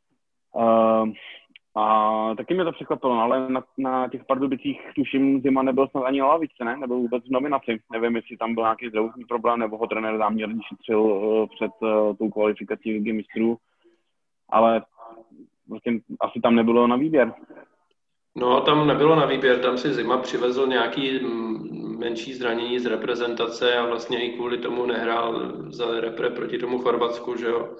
A taky mě to překvapilo, ale na těch Pardubicích tuším Zima nebyl snad ani na lavičce, ne? Nebyl vůbec v nominaci. Nevím, jestli tam byl nějaký zdravotní problém, nebo ho trenér záměrně šetřil před tou kvalifikací Ligy mistrů, ale vlastně asi tam nebylo na výběr. No, tam nebylo na výběr, tam si Zima přivezl nějaký menší zranění z reprezentace a vlastně i kvůli tomu nehrál za repre proti tomu Chorvatsku, že jo.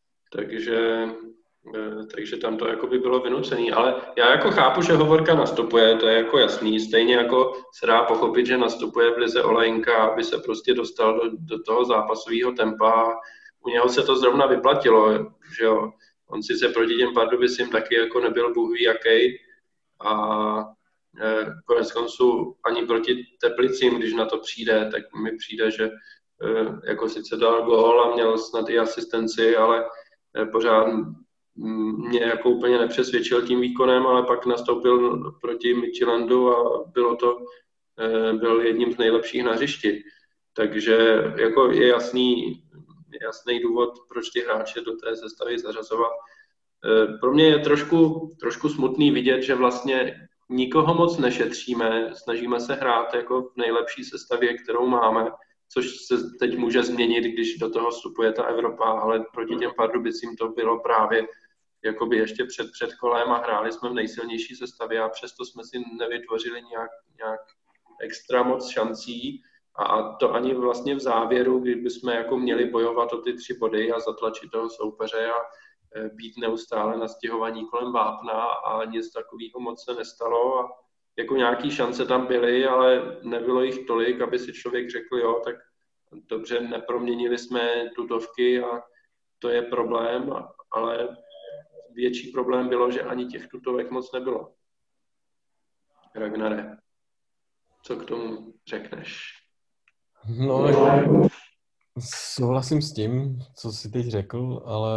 Takže tam to jako by bylo vynucený, ale já jako chápu, že Hovorka nastupuje, to je jako jasný, stejně jako se dá pochopit, že nastupuje v lize Olejnka, aby se prostě dostal do toho zápasového tempa. U něho se to zrovna vyplatilo, že jo. On sice proti těm Pardubicím taky jako nebyl bůh ví jakej a konec konců ani proti Teplicím, když na to přijde, tak mi přijde, že jako sice dal gól a měl snad i asistenci, ale pořád mě jako úplně nepřesvědčil tím výkonem, ale pak nastoupil proti Midtjyllandu a byl jedním z nejlepších na hřišti. Takže jako je jasný důvod, proč ty hráče do té sestavy zařazovat. Pro mě je trošku smutný vidět, že vlastně nikoho moc nešetříme, snažíme se hrát jako v nejlepší sestavě, kterou máme, což se teď může změnit, když do toho vstupuje ta Evropa, ale proti těm Pardubicím to bylo právě jakoby ještě před kolem a hráli jsme v nejsilnější sestavě a přesto jsme si nevytvořili nějak extra moc šancí a to ani vlastně v závěru, kdybychom jako měli bojovat o ty 3 body a zatlačit toho soupeře a být neustále na stěhování kolem vápna a nic takového moc se nestalo a jako nějaký šance tam byly, ale nebylo jich tolik, aby si člověk řekl, jo, tak dobře, neproměnili jsme tutovky a to je problém, ale větší problém bylo, že ani těch tutovek moc nebylo. Ragnare, co k tomu řekneš? No, souhlasím s tím, co jsi teď řekl, ale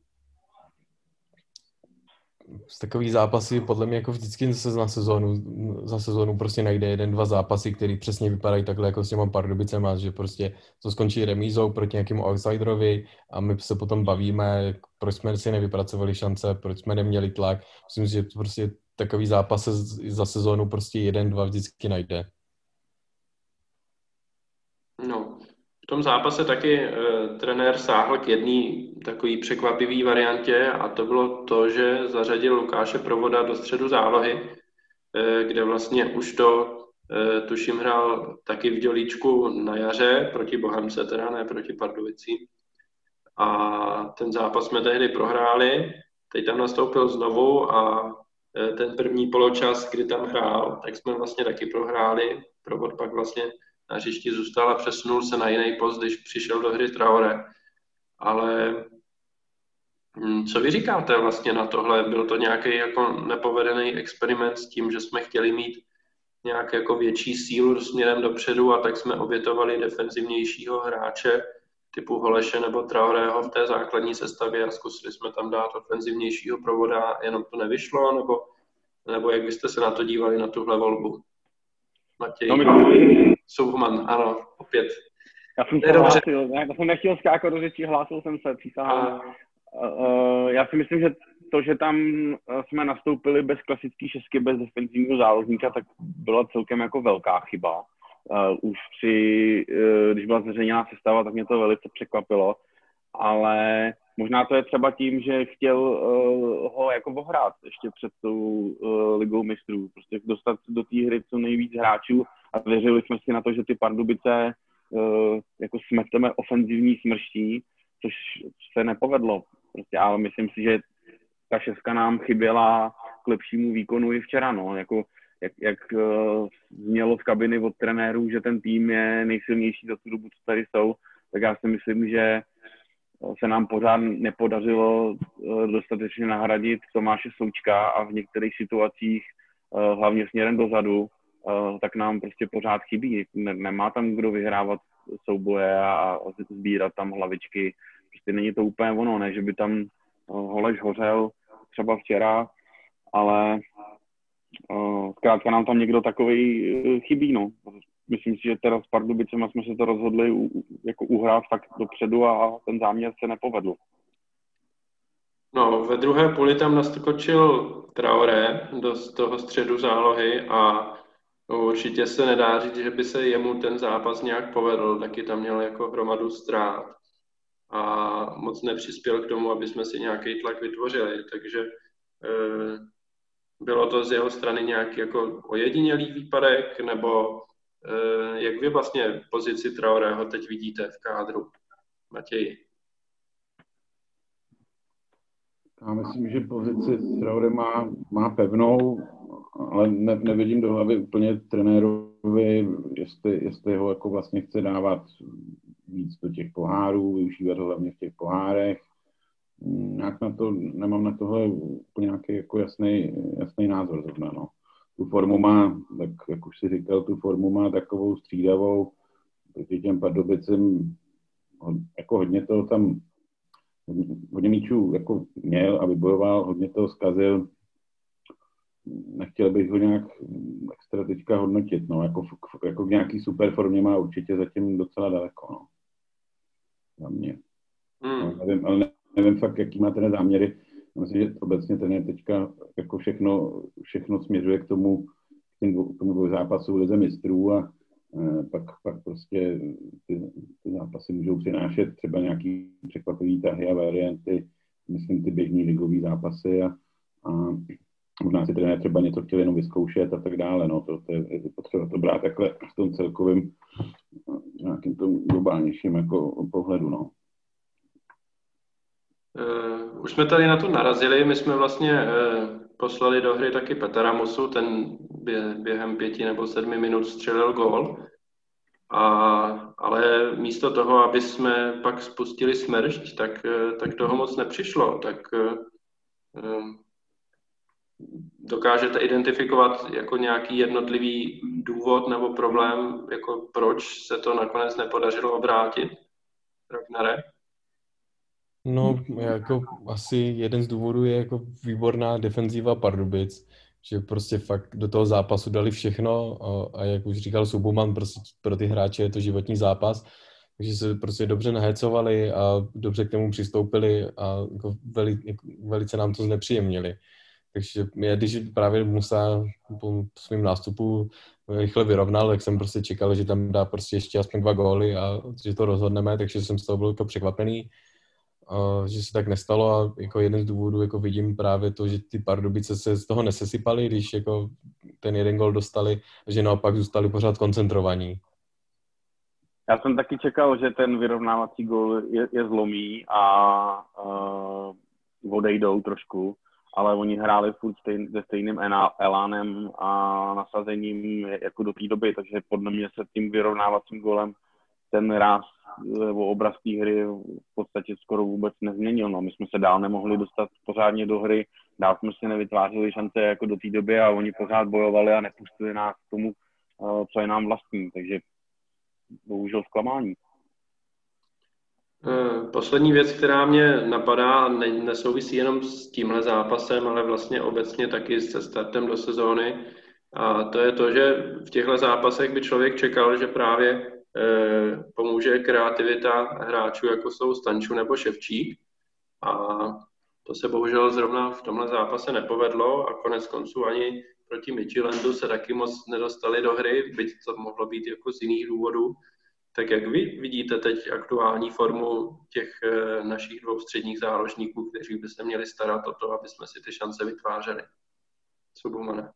z takových zápasy podle mě jako vždycky se za sezónu prostě najde 1-2 zápasy, který přesně vypadají takhle jako s těma Pardubicema, že prostě to skončí remízou proti nějakému outsiderovi a my se potom bavíme, proč jsme si nevypracovali šance, proč jsme neměli tlak. Myslím si, že prostě takový zápas se za sezónu prostě 1-2 vždycky najde. No, v tom zápase taky trenér sáhl k jedné takové překvapivé variantě a to bylo to, že zařadil Lukáše Provoda do středu zálohy, kde vlastně už to tuším hrál taky v Dělíčku na jaře, proti Bohemce teda, ne proti Pardubicím. A ten zápas jsme tehdy prohráli, teď tam nastoupil znovu a ten první poločas, kdy tam hrál, tak jsme vlastně taky prohráli. Provod pak vlastně na hřišti zůstal a přesunul se na jiný post, když přišel do hry Traoré. Ale co vy říkáte vlastně na tohle? Byl to nějaký jako nepovedený experiment s tím, že jsme chtěli mít nějak jako větší sílu směrem dopředu a tak jsme obětovali defenzivnějšího hráče typu Holeše nebo Traorého v té základní sestavě a zkusili jsme tam dát ofenzivnějšího Provoda, jenom to nevyšlo, nebo jak byste se na to dívali, na tuhle volbu? Matěj, Subman, ano, opět. Já jsem se hlásil, já jsem nechtěl skákat do řečí, hlásil jsem se, přísahám. Já si myslím, že to, že tam jsme nastoupili bez klasické šestky, bez defenzivního záložníka, tak byla celkem jako velká chyba. Už když byla zveřejněná sestava, tak mě to velice překvapilo, ale možná to je třeba tím, že chtěl ho jako ohrát ještě před tou ligou mistrů, prostě dostat do té hry co nejvíc hráčů a věřili jsme si na to, že ty Pardubice jako smeteme ofenzivní smrští, což se nepovedlo. Prostě, ale myslím si, že ta šestka nám chyběla k lepšímu výkonu i včera. No. Jako, jak znělo z kabiny od trenérů, že ten tým je nejsilnější za tu dobu, co tady jsou, tak já si myslím, že se nám pořád nepodařilo dostatečně nahradit Tomáše Součka a v některých situacích, hlavně směrem dozadu, tak nám prostě pořád chybí. Nemá tam kdo vyhrávat souboje a sbírat tam hlavičky. Prostě není to úplně ono, ne, že by tam Holeš hořel třeba včera, ale zkrátka nám tam někdo takovej chybí, no. Myslím si, že teda s Pardubicema jsme se to rozhodli jako uhrát tak dopředu a ten záměr se nepovedl. No, ve druhé půli tam naskočil Traoré do toho středu zálohy a určitě se nedá říct, že by se jemu ten zápas nějak povedl, taky tam měl jako hromadu ztrát a moc nepřispěl k tomu, aby jsme si nějaký tlak vytvořili, takže bylo to z jeho strany nějaký jako ojedinělý výpadek, nebo jak vy vlastně pozici Traorého teď vidíte v kádru, Matěji? Já myslím, že pozici Traoré má pevnou, ale nevidím do hlavy úplně trenérovi, jestli ho jako vlastně chce dávat víc do těch pohárů, využívat ho hlavně v těch pohárech. Nějak nemám na tohle úplně nějaký jako jasný názor zrovna, no. Tu formu má, tak jak už si říkal, tu formu má takovou střídavou, proti těm Pardubicím jako hodně toho tam, hodně míčů jako měl a vybojoval, hodně toho zkazil. Nechtěl bych ho nějak extra teďka hodnotit, no, jako v nějaký super formě má určitě zatím docela daleko, no. Za mě. Ale nevím fakt, jaký má ten záměry. Myslím, že obecně ten teďka jako všechno směřuje k tomu zápasu v Lize mistrů a pak prostě ty zápasy můžou přinášet třeba nějaký překvapivý tahy a varianty, myslím ty běžní ligový zápasy a možná si trenér třeba něco chtěl jenom vyzkoušet a tak dále, no to je potřeba to brát takhle v tom celkovém nějakým tom globálnějším jako pohledu, no. Už jsme tady na to narazili, my jsme vlastně poslali do hry taky Petra Musu, ten během 5 nebo 7 minut střelil gól, ale místo toho, aby jsme pak spustili smršť, tak toho moc nepřišlo, tak dokážete identifikovat jako nějaký jednotlivý důvod nebo problém, jako proč se to nakonec nepodařilo obrátit, Ragnare? No, jako asi jeden z důvodů je jako výborná defenzíva Pardubic, že prostě fakt do toho zápasu dali všechno a jak už říkal Subuman, prostě pro ty hráče je to životní zápas, takže se prostě dobře nahecovali a dobře k tomu přistoupili a jako velice nám to znepříjemnili. Takže když právě Musa po svým nástupu rychle vyrovnal, tak jsem prostě čekal, že tam dá prostě ještě aspoň 2 góly a že to rozhodneme, takže jsem z toho byl jako překvapený, že se tak nestalo a jako jeden z důvodů jako vidím právě to, že ty Pardubice se z toho nesesypaly, když jako ten jeden gól dostali, že naopak zůstali pořád koncentrovaní. Já jsem taky čekal, že ten vyrovnávací gól je zlomí a odejdou trošku, ale oni hráli furt se stejným elánem a nasazením jako do té doby, takže podle mě se tím vyrovnávacím gólem ten ráz nebo obraz té hry v podstatě skoro vůbec nezměnil. No, my jsme se dál nemohli dostat pořádně do hry, dál jsme si nevytvářeli šance jako do té doby a oni pořád bojovali a nepustili nás k tomu, co je nám vlastní, takže bohužel zklamání. Poslední věc, která mě napadá, nesouvisí jenom s tímhle zápasem, ale vlastně obecně taky se startem do sezóny. A to je to, že v těchto zápasech by člověk čekal, že právě pomůže kreativita hráčů, jako jsou Stanču nebo Ševčík. A to se bohužel zrovna v tomhle zápase nepovedlo a konec konců ani proti Midtjyllandu se taky moc nedostali do hry, byť to mohlo být jako z jiných důvodů. Tak jak vy vidíte teď aktuální formu těch našich 2 středních záložníků, kteří by se měli starat o to, aby jsme si ty šance vytvářeli? Subumane.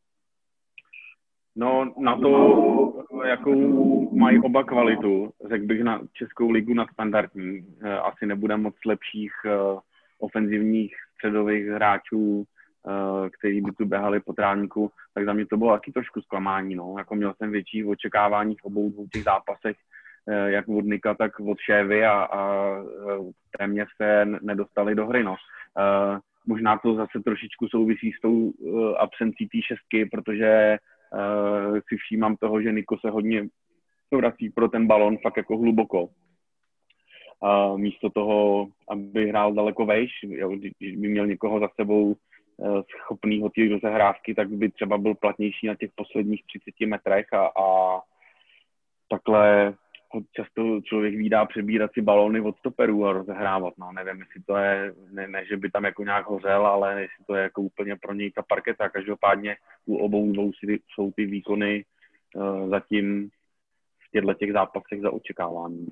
No na to, jakou mají oba kvalitu, řekl bych na Českou ligu nadstandardní. Asi nebude moc lepších ofenzivních středových hráčů který by tu běhali po trávníku, tak za mě to bylo taky trošku zklamání. No. Jako měl jsem větší očekávání v obou dvou těch zápasech, jak od Nika, tak od Šévy a téměř se nedostali do hry. No. Možná to zase trošičku souvisí s tou absencí té šestky, protože si všímám toho, že Niko se hodně vrací pro ten balon fakt jako hluboko. Místo toho, aby hrál daleko vejš, když by měl někoho za sebou schopnýho té rozehrávky, tak by třeba byl platnější na těch posledních 30 metrech a takhle často člověk vídá přebírat si balóny od stoperů a rozehrávat. No, nevím, jestli to je, ne, že by tam jako nějak hořel, ale jestli to je jako úplně pro něj ta parketa. Každopádně u obou dvou jsou ty výkony zatím v těchto zápasech za očekávání.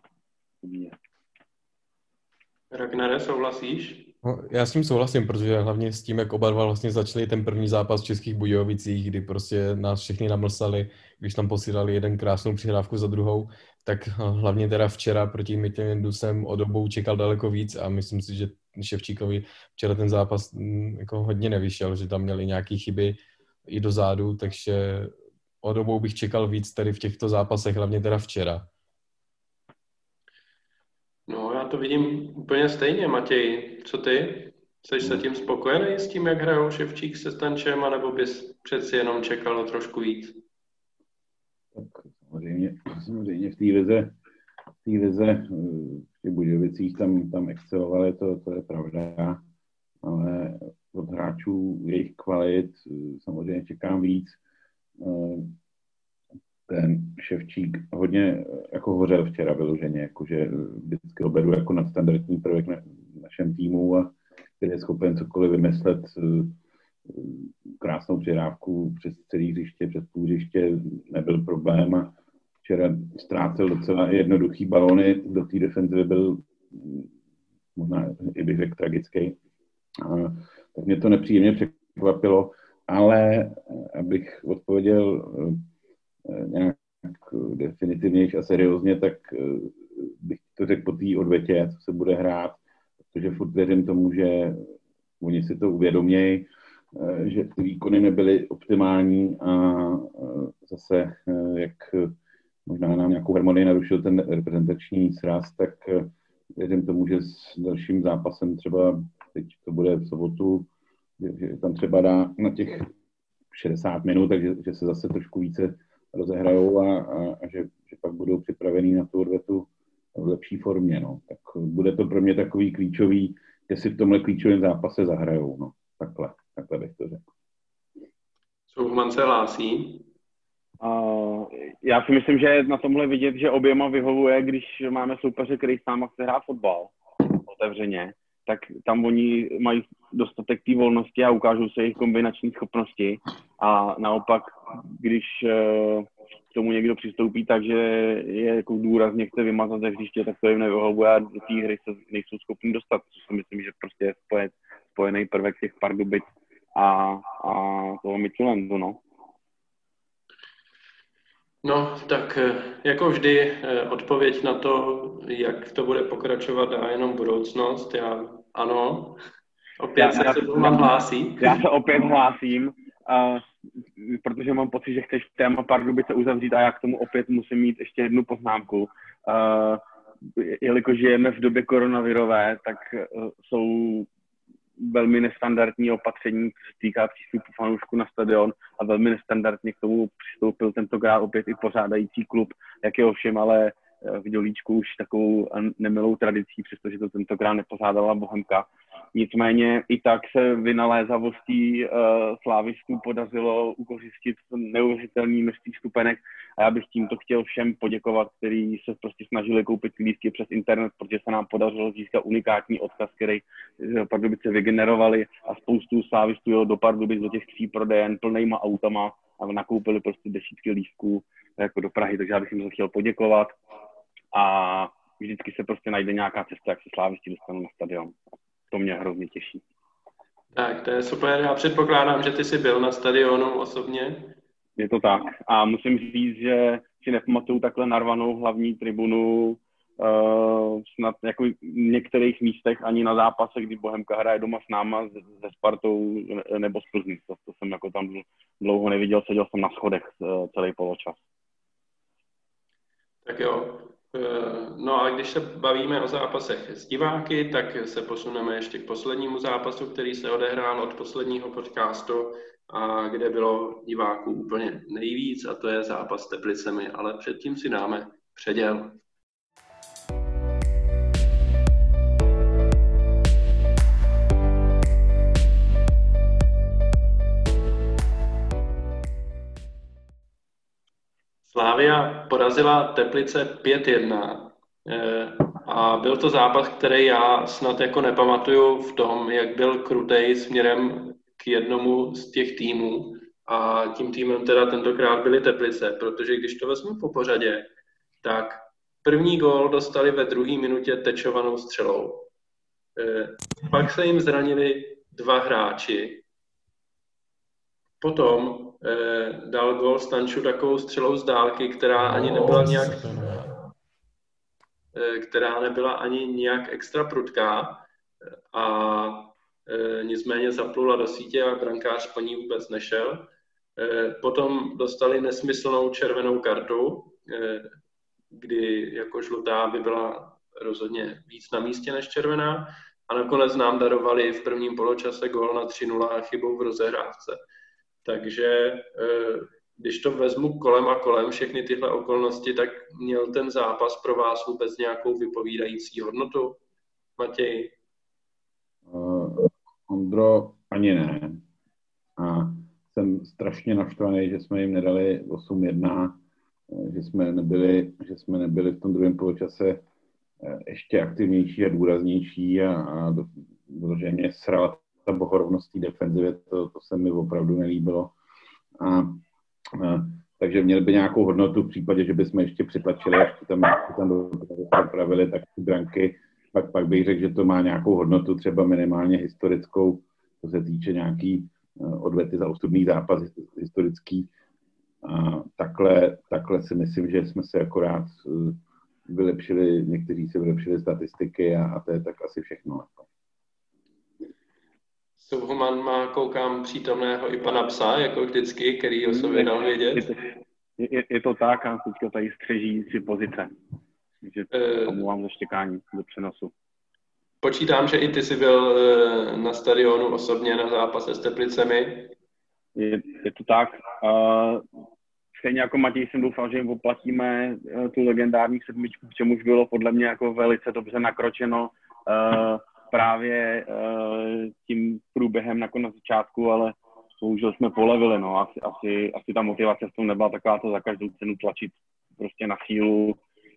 Ragnare, souhlasíš? No, já s tím souhlasím, protože hlavně s tím, jak oba dva vlastně začali ten první zápas v Českých Budějovicích, kdy prostě nás všechny namlsali, když tam posílali jeden krásnou přihrávku za druhou, tak hlavně teda včera proti Midtjyllandu jsem od obou čekal daleko víc a myslím si, že Ševčíkovi včera ten zápas jako hodně nevyšel, že tam měli nějaké chyby i dozadu, takže od obou bych čekal víc tady v těchto zápasech, hlavně teda včera. No, já to vidím úplně stejně, Matěj. Co ty? Jsi se tím spokojený s tím, jak hrajou Ševčík se Stančem, anebo bys přeci jenom čekal trošku víc? Tak samozřejmě v té lize v těch Budějovicích tam excelovali, to je pravda, ale od hráčů jejich kvalit samozřejmě čekám víc. Ten Ševčík hodně jako hořel včera vyloženě, jakože vždycky ho beru jako nadstandardní prvek na našem týmu, a který je schopen cokoliv vymyslet, krásnou přihrávku přes celý hřiště, přes půl hřiště, nebyl problém a včera ztrácel docela jednoduchý balony, do té defenzivy byl možná i bych řekl tragický. Tak mě to nepříjemně překvapilo, ale abych odpověděl nějak definitivnější a seriózně, tak bych to řekl po té odvětě, co se bude hrát, protože furt věřím tomu, že oni si to uvědomějí, že ty výkony nebyly optimální a zase, jak možná nám nějakou harmonii narušil ten reprezentační sraz, tak věřím tomu, že s dalším zápasem třeba, teď to bude v sobotu, že tam třeba dá na těch 60 minut, takže že se zase trošku více rozehrajou a že pak budou připravení na tu odvetu v lepší formě. No. Tak bude to pro mě takový klíčový, že si v tomhle klíčovém zápase zahrajou. No. Takhle bych to řekl. Souhman se hlásí. Já si myslím, že je na tomhle vidět, že oběma vyhovuje, když máme soupeře, který s náma chce hrát fotbal otevřeně, tak tam oni mají dostatek té volnosti a ukážou se jejich kombinační schopnosti. A naopak, když k tomu někdo přistoupí, takže je jako důrazně chce vymazat ze hřiště, tak to jim nevyhovuje a do té hry se nejsou schopni dostat, což si myslím, že prostě je spojený prvek těch Pardubic a toho Midtjyllandu, no. No, tak jako vždy odpověď na to, jak to bude pokračovat, dá jenom budoucnost. Ano, opět se Souhman hlásí. Já se opět hlásím, protože mám pocit, že chceš téma Pardubice uzavřít a já k tomu opět musím mít ještě jednu poznámku. Jelikož žijeme v době koronavirové, tak jsou velmi nestandardní opatření, co se týká přístupu fanoušků na stadion a velmi nestandardně k tomu přistoupil tentokrát opět i pořádající klub, jak je ovšem ale v Dělíčku už takovou nemilou tradicí, přestože to tentokrát nepořádala Bohemka. Nicméně i tak se vynalézavostí slávistů podařilo ukořistit neuvěřitelný množství stupenek a já bych tímto chtěl všem poděkovat, kteří se prostě snažili koupit lístky přes internet, protože se nám podařilo získat unikátní odkaz, který Pardubice vygenerovali a spoustu slávistů jelo do Pardubic do těch 3 prodejen plnýma autama a nakoupili prostě desítky lístků jako do Prahy, takže já bych jim to chtěl poděkovat a vždycky se prostě najde nějaká cesta, jak se slávisti dostanou na stadion. To mě hrozně těší. Tak, to je super. Já předpokládám, že ty jsi byl na stadionu osobně. Je to tak. A musím říct, že si nepamatuju takhle narvanou hlavní tribunu snad jako v některých místech ani na zápasech, kdy Bohemka hraje doma s náma, se Spartou nebo s Plzní. To jsem jako tam dlouho neviděl, seděl jsem na schodech celý poločas. Tak jo. No a když se bavíme o zápasech s diváky, tak se posuneme ještě k poslednímu zápasu, který se odehrál od posledního podcastu a kde bylo diváků úplně nejvíc, a to je zápas s Teplicemi, ale předtím si dáme předěl. Slavia porazila Teplice 5-1 a byl to zápas, který já snad jako nepamatuju v tom, jak byl krutej směrem k jednomu z těch týmů, a tím týmem teda tentokrát byly Teplice, protože když to vezmu po pořadě, tak první gól dostali ve 2. minutě tečovanou střelou. Pak se jim zranili 2 hráči. Potom dal gól Stanču takovou střelou z dálky, která nebyla ani nějak extra prudká, a nicméně zaplula do sítě a brankář po ní vůbec nešel. Potom dostali nesmyslnou červenou kartu, kdy jako žlutá by byla rozhodně víc na místě než červená, a nakonec nám darovali v prvním poločase gól na 3-0 chybou v rozehrávce. Takže když to vezmu kolem a kolem všechny tyhle okolnosti, tak měl ten zápas pro vás vůbec nějakou vypovídající hodnotu, Matěj? Ondro, ani ne. A jsem strašně naštvaný, že jsme jim nedali 8-1, že jsme nebyli v tom druhém poločase ještě aktivnější a důraznější a protože mě srala ta bohorovnost té defenzivě, to se mi opravdu nelíbilo. Takže měli by nějakou hodnotu v případě, že bychom ještě přitlačili, až tam dopravili tak ty branky, pak bych řekl, že to má nějakou hodnotu, třeba minimálně historickou, co se týče nějaký odvety za ostudný zápas historický. Takhle si myslím, že jsme se akorát vylepšili, někteří si vylepšili statistiky a to je tak asi všechno. Subhuman má, koukám, přítomného i pana psa, jako vždycky, který o sobě dal vědět. Je to tak, a teďka tady střeží 3 pozice. Takže omlouvám za štěkání do přenosu. Počítám, že i ty jsi byl na stadionu osobně na zápase s Teplicemi. Je to tak. Stejně jako Matěj jsem doufal, že jim oplatíme tu legendární 7, k čemuž bylo podle mě jako velice dobře nakročeno právě tím průběhem nakonec začátku, ale bohužel jsme polevili. No. Asi ta motivace v tom nebyla taková to za každou cenu tlačit prostě na sílu,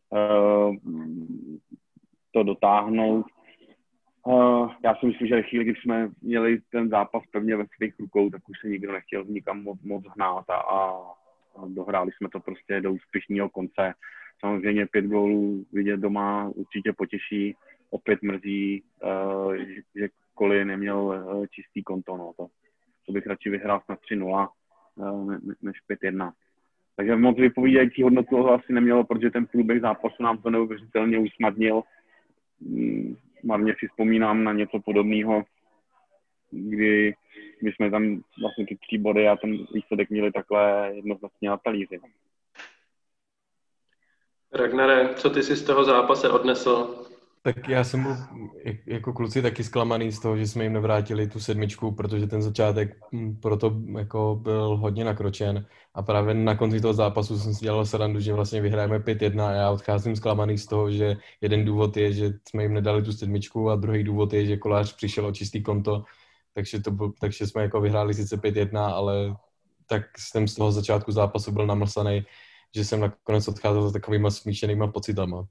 to dotáhnout. Já si myslím, že ve chvíli, když jsme měli ten zápas pevně ve svých rukou, tak už se nikdo nechtěl nikam moc hnát a dohráli jsme to prostě do úspěšného konce. Samozřejmě 5 gólů vidět doma určitě potěší. Opět mrzí, že Koli neměl čistý konto. No. To bych radši vyhrál na 3-0 než 5-1. Takže moc vypovídající hodnotu asi nemělo, protože ten průběh zápasu nám to neuvěřitelně usnadnil. Marně si vzpomínám na něco podobného, kdy my jsme tam vlastně ty 3 body a ten výsledek měli takhle jednoznačně na talíři. Ragnare, co ty si z toho zápase odnesl? Tak já jsem byl jako kluci taky zklamaný z toho, že jsme jim nevrátili tu 7, protože ten začátek proto jako byl hodně nakročen a právě na konci toho zápasu jsem si dělal srandu, že vlastně vyhrajeme 5-1 a já odcházím zklamaný z toho, že jeden důvod je, že jsme jim nedali tu 7 a druhý důvod je, že Kolář přišel o čistý konto, takže jsme jako vyhráli sice 5-1, ale tak jsem z toho začátku zápasu byl namlsaný, že jsem nakonec odcházel s takovýma smíšenýma pocitama.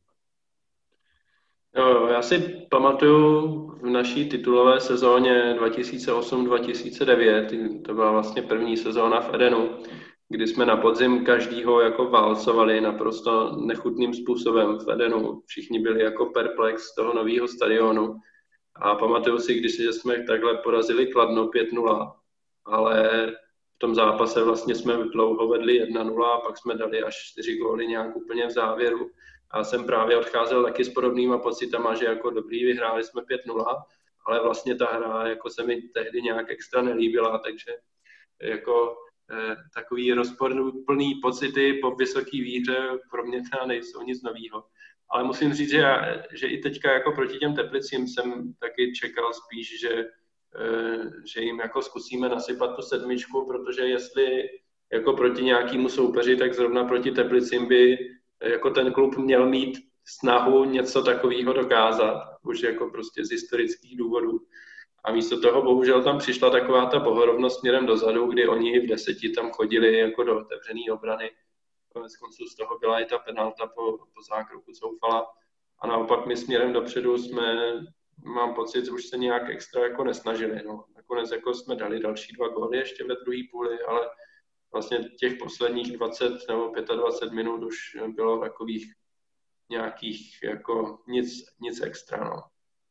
Jo, já si pamatuju v naší titulové sezóně 2008-2009, to byla vlastně první sezóna v Edenu, kdy jsme na podzim každýho jako válcovali naprosto nechutným způsobem v Edenu. Všichni byli jako perplex z toho nového stadionu. A pamatuju si, když jsme takhle porazili Kladno 5-0, ale v tom zápase vlastně jsme dlouho vedli 1-0 a pak jsme dali až 4 góly nějak úplně v závěru. Já jsem právě odcházel taky s podobnýma pocitama, že jako dobrý, vyhráli jsme 5-0, ale vlastně ta hra jako se mi tehdy nějak extra nelíbila, takže jako takový rozporuplný pocity po vysoký výhře pro mě teda nejsou nic novýho. Ale musím říct, že i teďka jako proti těm Teplicím jsem taky čekal spíš, že jim jako zkusíme nasypat tu 7, protože jestli jako proti nějakému soupeři, tak zrovna proti Teplicím by jako ten klub měl mít snahu něco takového dokázat, už jako prostě z historických důvodů. A místo toho bohužel tam přišla taková ta bohorovnost směrem dozadu, kdy oni v 10 tam chodili jako do otevřené obrany. Konec konců z toho byla i ta penalta po zákroku Coufala. A naopak my směrem dopředu mám pocit, že už se nějak extra jako nesnažili. No. Nakonec jako jsme dali další 2 góly ještě ve druhé půli, ale vlastně těch posledních 20 nebo 25 minut už bylo takových nějakých jako nic extra. No.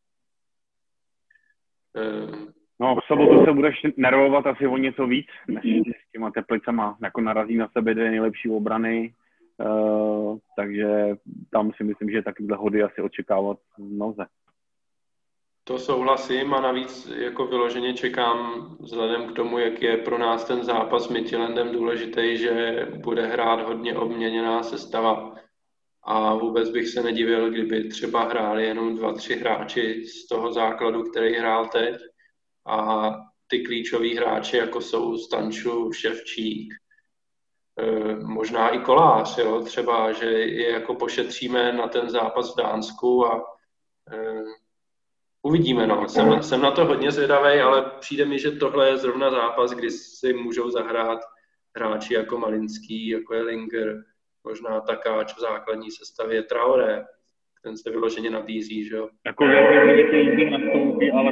No, v sobotu se budeš nervovat asi o něco víc, než s těma Teplicama. Jako narazí na sebe 2 nejlepší obrany, takže tam si myslím, že takovýhle hody asi očekávat nelze. To souhlasím a navíc jako vyloženě čekám vzhledem k tomu, jak je pro nás ten zápas s Midtjyllandem důležitý, že bude hrát hodně obměněná sestava. A vůbec bych se nedivil, kdyby třeba hráli jenom 2-3 hráči z toho základu, který hrál teď. A ty klíčoví hráči, jako jsou Stanču, Ševčík, možná i Kolář, jo? Třeba, že je jako pošetříme na ten zápas v Dánsku a uvidíme. No. Jsem na to hodně zvědavej, ale přijde mi, že tohle je zrovna zápas, kdy si můžou zahrát hráči jako Malinský, jako je Linger, možná Takáč v základní sestavě, Traoré, ten se vyloženě nabízí, že jo. Jako věřím, nastoupí, ale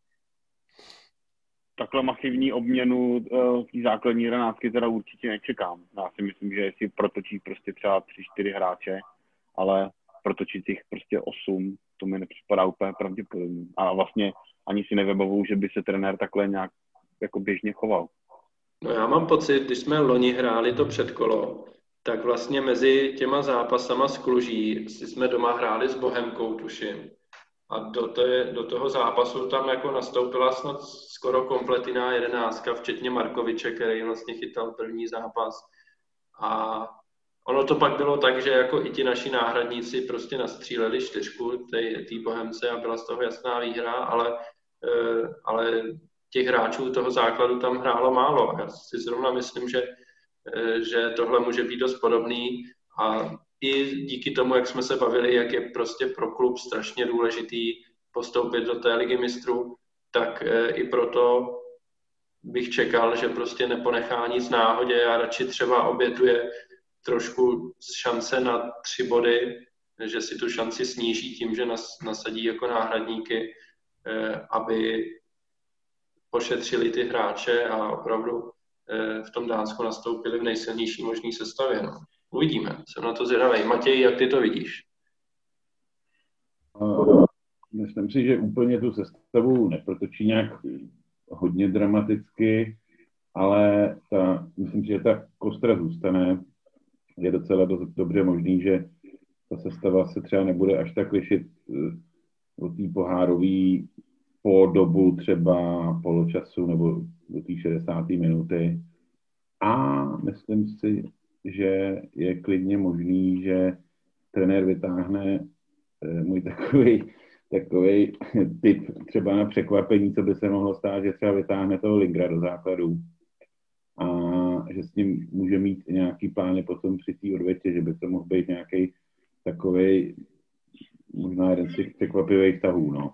takhle masivní obměnu té základní 11 teda určitě nečekám. Já si myslím, že si protočí prostě třeba 3-4 hráče, ale protočit jich prostě 8, to mi nepřipadá úplně pravděpodobné. A vlastně ani si nevybavuju, že by se trenér takhle nějak jako běžně choval. No já mám pocit, když jsme loni hráli to předkolo, tak vlastně mezi těma zápasama s Kluží jsme doma hráli s Bohemkou, tuším. A do toho zápasu tam jako nastoupila snad skoro kompletná 11, včetně Markoviče, který vlastně chytal první zápas. A ono to pak bylo tak, že jako i ti naši náhradníci prostě nastříleli 4 té Bohemce a byla z toho jasná výhra, ale těch hráčů toho základu tam hrálo málo. Já si zrovna myslím, že tohle může být dost podobný a i díky tomu, jak jsme se bavili, jak je prostě pro klub strašně důležitý postoupit do té ligy mistrů, tak i proto bych čekal, že prostě neponechá nic náhodě a radši třeba obětuje trošku šance na 3 body, že si tu šanci sníží tím, že nasadí jako náhradníky, aby pošetřili ty hráče a opravdu v tom Dánsku nastoupili v nejsilnější možný sestavě. No. Uvidíme, jsem na to zvědavý. Matěj, jak ty to vidíš? Myslím si, že úplně tu sestavu neprotočí nějak hodně dramaticky, ale myslím si, že ta kostra zůstane. Je docela dobře možný, že ta sestava se třeba nebude až tak lišit od té pohárové po dobu třeba poločasu nebo do té 60. minuty. A myslím si, že je klidně možný, že trenér vytáhne můj takový typ třeba na překvapení, co by se mohlo stát, že třeba vytáhne toho Lingera do základu a že s ním může mít nějaký plány potom při té odvětě, že by to mohl být nějaký takovej možná jeden z těch překvapivých tahů, no.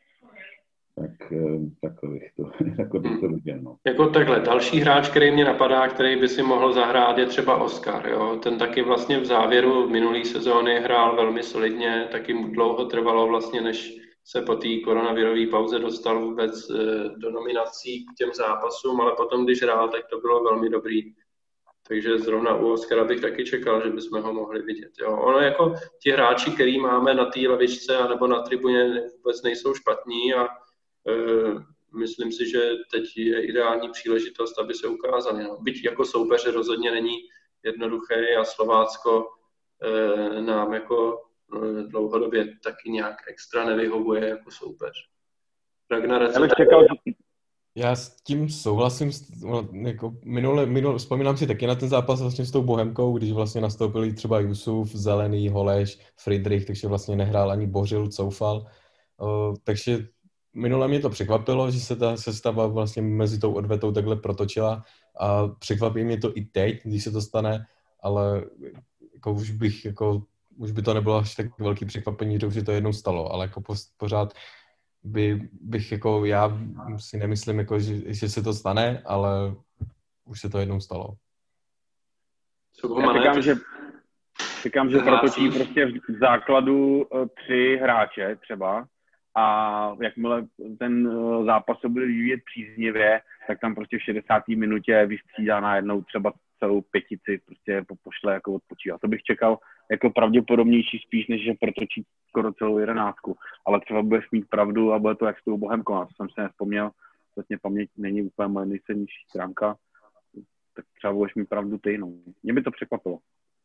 Takhle bych to viděl, no. Jako takhle, další hráč, který mě napadá, který by si mohl zahrát, je třeba Oskar, jo. Ten taky vlastně v závěru minulé sezóny hrál velmi solidně, taky dlouho trvalo vlastně, než se po té koronavirové pauze dostal vůbec do nominací k těm zápasům, ale potom, když hrál, tak to bylo velmi dobrý. Takže zrovna u Oskara bych taky čekal, že bychom ho mohli vidět. Jo. Ono jako ti hráči, který máme na té lavičce anebo na tribuně, vůbec nejsou špatní a myslím si, že teď je ideální příležitost, aby se ukázali. No. Byť jako soupeře rozhodně není jednoduché a Slovácko nám jako dlouhodobě taky nějak extra nevyhovuje jako soupeř. Ragnare, co Já s tím souhlasím, jako vzpomínám si taky na ten zápas vlastně s tou Bohemkou, když vlastně nastoupili třeba Jusuf, Zelený, Holeš, Friedrich, takže vlastně nehrál ani Bořil, Coufal. Takže minule mě to překvapilo, že se ta sestava vlastně mezi tou odvetou takhle protočila a překvapí mě to i teď, když se to stane, ale jako už by to nebylo až tak velký překvapení, že už se to jednou stalo, ale jako pořád bych jako, já si nemyslím, jako, že se to stane, ale už se to jednou stalo. Já říkám, že protočí prostě v základu 3 hráče třeba a jakmile ten zápas se bude vyvíjet příznivě, tak tam prostě v 60. minutě vystřídá najednou třeba celou pětici, prostě pošle jako odpočívat. To bych čekal jako pravděpodobnější spíš, než že protočí skoro celou 11. Ale třeba budeš mít pravdu a bude to jak s tou Bohemkou. Na to jsem se nevzpomněl. Vlastně paměť není úplně moje nejcennější stránka. Tak třeba budeš mít pravdu ty. No. Mě by to překvapilo.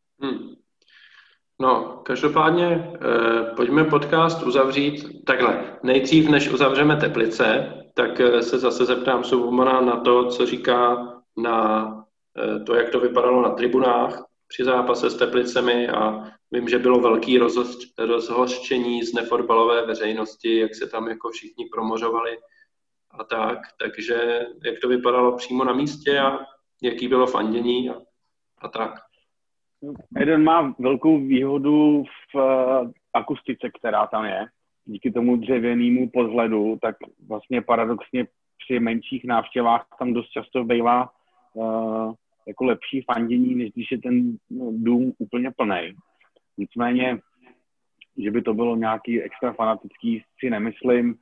No, každopádně pojďme podcast uzavřít takhle. Nejdřív, než uzavřeme Teplice, tak se zase zeptám Soubomana na to, co říká na to, jak to vypadalo na tribunách při zápase s Teplicemi a vím, že bylo velký rozhořčení z nefotbalové veřejnosti, jak se tam jako všichni promořovali a tak. Takže jak to vypadalo přímo na místě a jaký bylo fandění a tak. Eden má velkou výhodu v akustice, která tam je. Díky tomu dřevěnému podhledu, tak vlastně paradoxně při menších návštěvách tam dost často bývá jako lepší fandění, než když je ten dům úplně plnej. Nicméně, že by to bylo nějaký extra fanatický, si nemyslím.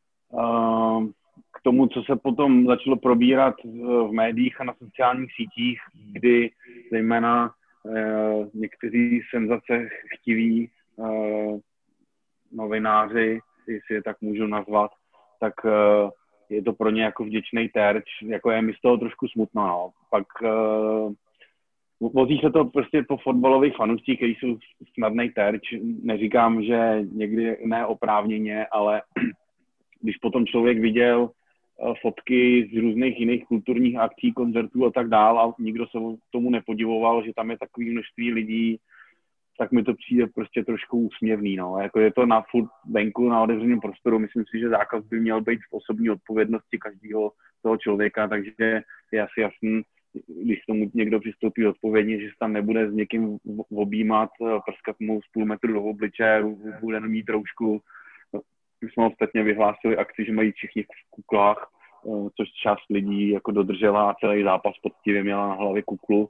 K tomu, co se potom začalo probírat v médiích a na sociálních sítích, kdy zejména někteří senzace chtiví novináři, jestli je tak můžu nazvat, tak je to pro ně jako vděčný terč, jako je mi z toho trošku smutno. No. Pak vozí se to prostě po fotbalových fanoušcích, kteří jsou snadnej terč. Neříkám, že někdy neoprávněně, ale když potom člověk viděl fotky z různých jiných kulturních akcí, koncertů a tak dál a nikdo se tomu nepodivoval, že tam je takové množství lidí, tak mi to přijde prostě trošku úsměvný. No. Jako je to na furt venku, na otevřeném prostoru. Myslím si, že zákaz by měl být v osobní odpovědnosti každého toho člověka, takže je asi jasný, když tomu někdo přistoupí odpovědně, že se tam nebude s někým objímat, prskat mu z půl metru do obličeje, bude mít roušku. My jsme ostatně vyhlásili akci, že mají všichni v kuklách, což část lidí jako dodržela a celý zápas poctivě měla na hlavě kuklu.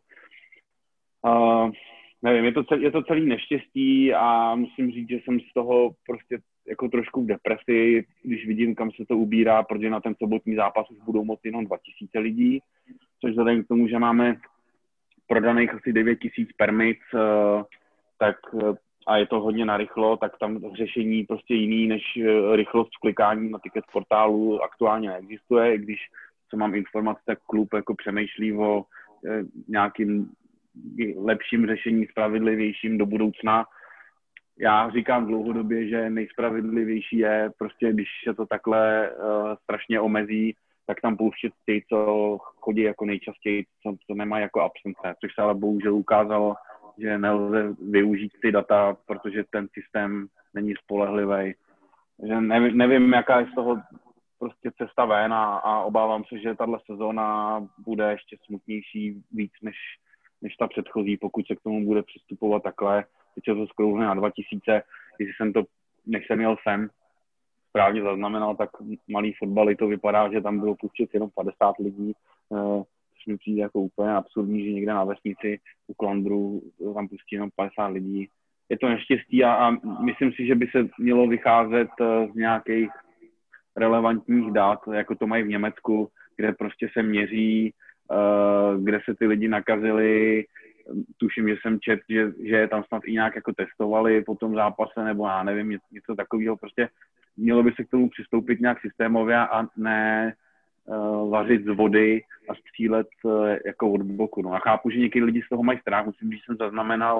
Nevím, je to celý neštěstí a musím říct, že jsem z toho prostě jako trošku v depresi, když vidím, kam se to ubírá, protože na ten sobotní zápas už budou moci jenom 2000 lidí, což vzhledem k tomu, že máme prodaných asi 9000 permit, tak a je to hodně narychlo, tak tam řešení prostě jiný než rychlost v klikání na ticket portálu aktuálně neexistuje, i když, co mám informace, tak klub jako přemýšlí o nějakým lepším řešení, spravedlivějším do budoucna. Já říkám dlouhodobě, že nejspravedlivější je prostě, když se to takhle strašně omezí, tak tam pouštět ty, co chodí jako nejčastěji, co nemají jako absence, což se ale bohužel ukázalo, že nelze využít ty data, protože ten systém není spolehlivý. Že nevím, jaká je z toho prostě cesta ven a obávám se, že tahle sezóna bude ještě smutnější víc než ta předchozí, pokud se k tomu bude přistupovat takhle. Teď se to skrouhne na 2000, když jsem to, než jsem jel sem, správně zaznamenal, tak malý fotbaly to vypadá, že tam bylo pustit jenom 50 lidí, což mi přijde jako úplně absurdní, že někde na vesnici u Klandru tam pustí jenom 50 lidí. Je to neštěstí a myslím si, že by se mělo vycházet z nějakých relevantních dat, jako to mají v Německu, kde prostě se měří, kde se ty lidi nakazili. Tuším, že jsem četl, že tam snad i nějak jako testovali po tom zápase, nebo já nevím, něco takového. Prostě mělo by se k tomu přistoupit nějak systémově a ne vařit z vody a střílet jako od boku. No. A chápu, že někdy lidi z toho mají strach. Myslím, že jsem zaznamenal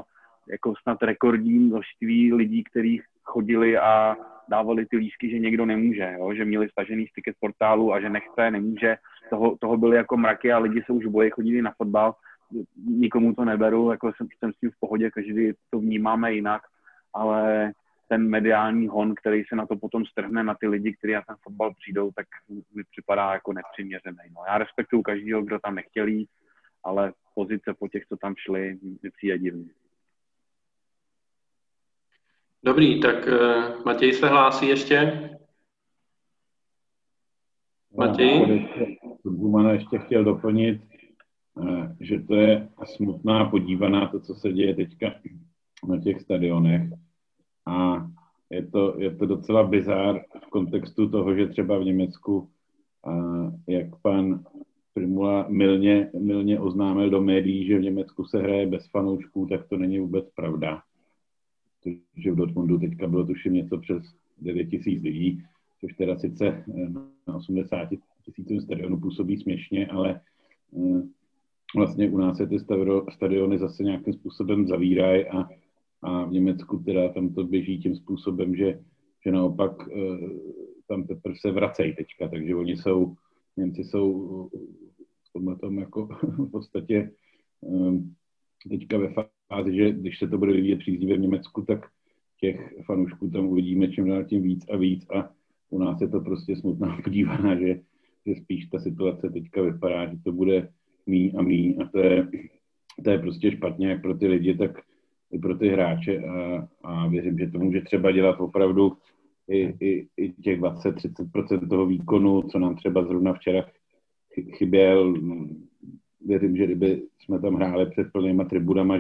jako snad rekordní množství lidí, kteří chodili a dávali ty lístky, že někdo nemůže, jo? Že měli stažený z ticket portálu a že nechce, nemůže. Toho byly jako mraky a lidi se už bojí chodit na fotbal. Nikomu to neberu, jako jsem s tím v pohodě, každý to vnímáme jinak, ale ten mediální hon, který se na to potom strhne na ty lidi, kteří na ten fotbal přijdou, tak mi připadá jako nepřiměřený. No, já respektuju každého, kdo tam nechtěl jít, ale pozice po těch, co tam šli, mi přijde divný. Dobrý, tak Matěj se hlásí ještě? Matěj? Gumana ještě chtěl doplnit, že to je smutná podívaná to, co se děje teďka na těch stadionech. A je to docela bizár v kontextu toho, že třeba v Německu, jak pan Primula mylně oznámil do médií, že v Německu se hraje bez fanoušků, tak to není vůbec pravda. Protože v Dortmundu teďka bylo tuším něco přes 9 000 lidí, což teda sice na 80 000 stadionu působí směšně, ale vlastně u nás se ty stadiony zase nějakým způsobem zavírají a v Německu teda tam to běží tím způsobem, že naopak tam teprve se vracejí teďka, takže Němci jsou v tomhle tom jako v podstatě teďka ve fázi, že když se to bude vyvíjet příznivě v Německu, tak těch fanoušků tam uvidíme čím dál tím víc a u nás je to prostě smutná podívaná, že spíš ta situace teďka vypadá, že to bude míň a to je prostě špatně jak pro ty lidi, tak i pro ty hráče a věřím, že to může třeba dělat opravdu i těch 20-30% toho výkonu, co nám třeba zrovna včera chyběl. Věřím, že kdyby jsme tam hráli před plnýma tribunama,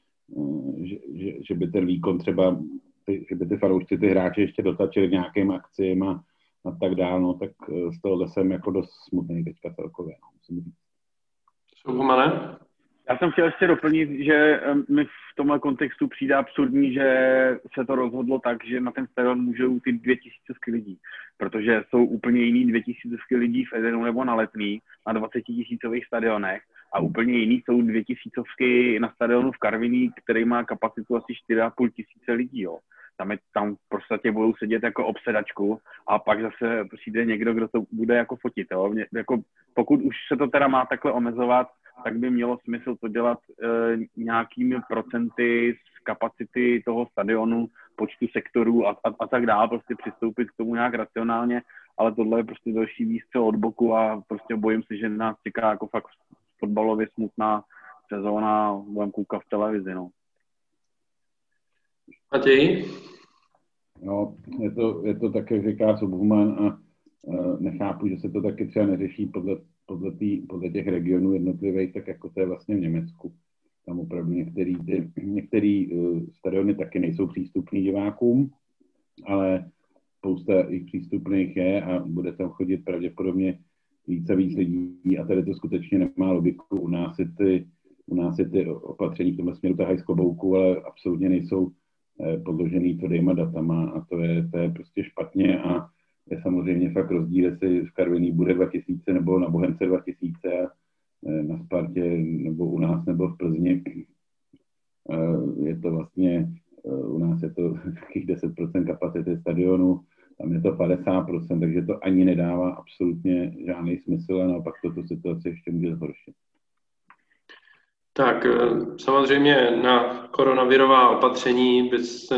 že by ten výkon třeba, že by ty fanoušci, ty hráči ještě dotačili nějakým akcím a tak dál, no, tak z tohohle jsem jako dost smutný teďka celkově. Sugumane? Já jsem chtěl ještě doplnit, že mi v tomhle kontextu přijde absurdní, že se to rozhodlo tak, že na ten stadion můžou ty 2000 lidí, protože jsou úplně jiný 2000 lidí v Edenu nebo na Letný na 20 000 stadionech a úplně jiný jsou 2000 na stadionu v Karviní, který má kapacitu asi 4 500 lidí. Jo. Tam v podstatě budou sedět jako obsedačku a pak zase přijde někdo, kdo to bude jako fotit. Jo. Jako, pokud už se to teda má takhle omezovat, tak by mělo smysl to dělat nějakými procenty z kapacity toho stadionu, počtu sektorů a tak dále, prostě přistoupit k tomu nějak racionálně, ale tohle je prostě další výstřel od boku a prostě bojím se, že nás čeká jako fakt fotbalově smutná sezóna, budeme koukat v televizi, no. Matěj? No, je to tak, jak říká Subhuman a nechápu, že se to taky třeba neřeší podle těch regionů jednotlivých, tak jako to je vlastně v Německu. Tam opravdu některý stadiony taky nejsou přístupný divákům, ale spousta jich přístupných je a bude tam chodit pravděpodobně víc a víc lidí a tady to skutečně nemá logiku. U nás je ty opatření v tomhle směru tahají z klobouku, ale absolutně nejsou podložený tvrdýma datama a to je prostě špatně a je samozřejmě fakt rozdíl, jestli v Karviní bude 2000 nebo na Bohemce 2000 a na Spartě nebo u nás nebo v Plzni. Je to vlastně, u nás je to takových 10% kapacity stadionu, tam je to 50%, takže to ani nedává absolutně žádný smysl a naopak toto situaci ještě může zhoršit. Tak samozřejmě na koronavirová opatření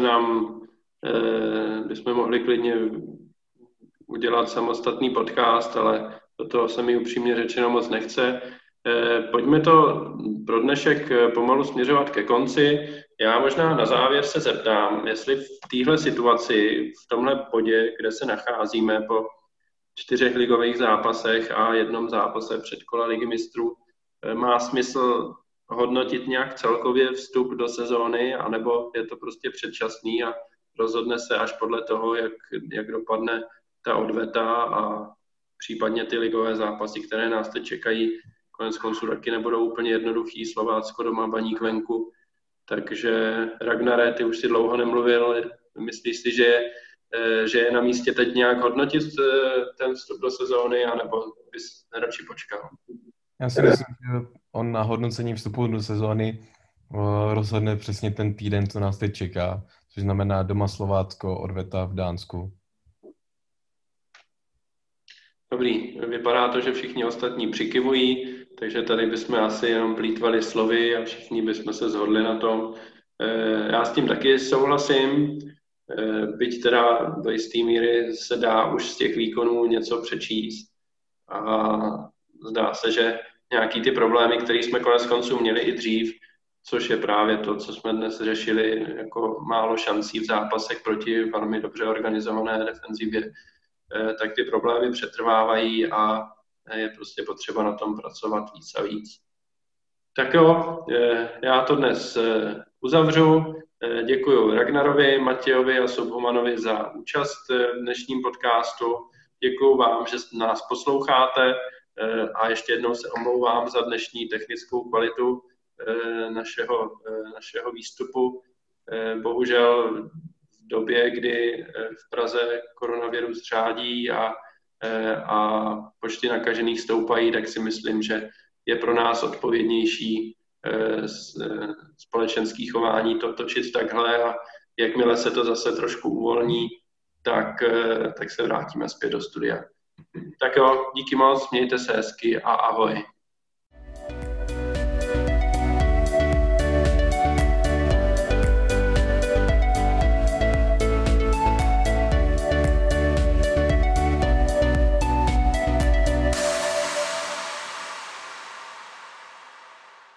bychom mohli klidně udělat samostatný podcast, ale do toho se mi upřímně řečeno moc nechce. Pojďme to pro dnešek pomalu směřovat ke konci. Já možná na závěr se zeptám, jestli v téhle situaci, v tomhle bodě, kde se nacházíme po 4 ligových zápasech a jednom zápase předkola Ligy mistrů, má smysl hodnotit nějak celkově vstup do sezóny, anebo je to prostě předčasný a rozhodne se až podle toho, jak dopadne ta odveta a případně ty ligové zápasy, které nás teď čekají. Konec konců taky nebudou úplně jednoduchý, Slovácko doma, Baník venku. Takže Ragnare, ty už si dlouho nemluvil. Myslíš si, že je na místě teď nějak hodnotit ten vstup do sezóny, anebo bys radši počkal? Já si myslím, že on na hodnocení vstupu do sezóny rozhodne přesně ten týden, co nás teď čeká, což znamená doma Slovácko, odveta v Dánsku. Dobrý, vypadá to, že všichni ostatní přikyvují, takže tady bychom asi jenom plýtvali slovy a všichni bychom se shodli na tom. Já s tím taky souhlasím, byť teda do jisté míry se dá už z těch výkonů něco přečíst. A zdá se, že nějaký ty problémy, které jsme konec konců měli i dřív, což je právě to, co jsme dnes řešili, jako málo šancí v zápasech proti velmi dobře organizované defenzivě, tak ty problémy přetrvávají a je prostě potřeba na tom pracovat víc a víc. Tak jo, já to dnes uzavřu. Děkuji Ragnarovi, Matějovi a Subhumanovi za účast v dnešním podcastu. Děkuji vám, že nás posloucháte a ještě jednou se omlouvám za dnešní technickou kvalitu našeho výstupu. Bohužel v době, kdy v Praze koronavirus řádí a počty nakažených stoupají, tak si myslím, že je pro nás odpovědnější společenský chování to točit takhle a jakmile se to zase trošku uvolní, tak se vrátíme zpět do studia. Tak jo, díky moc, mějte se hezky a ahoj.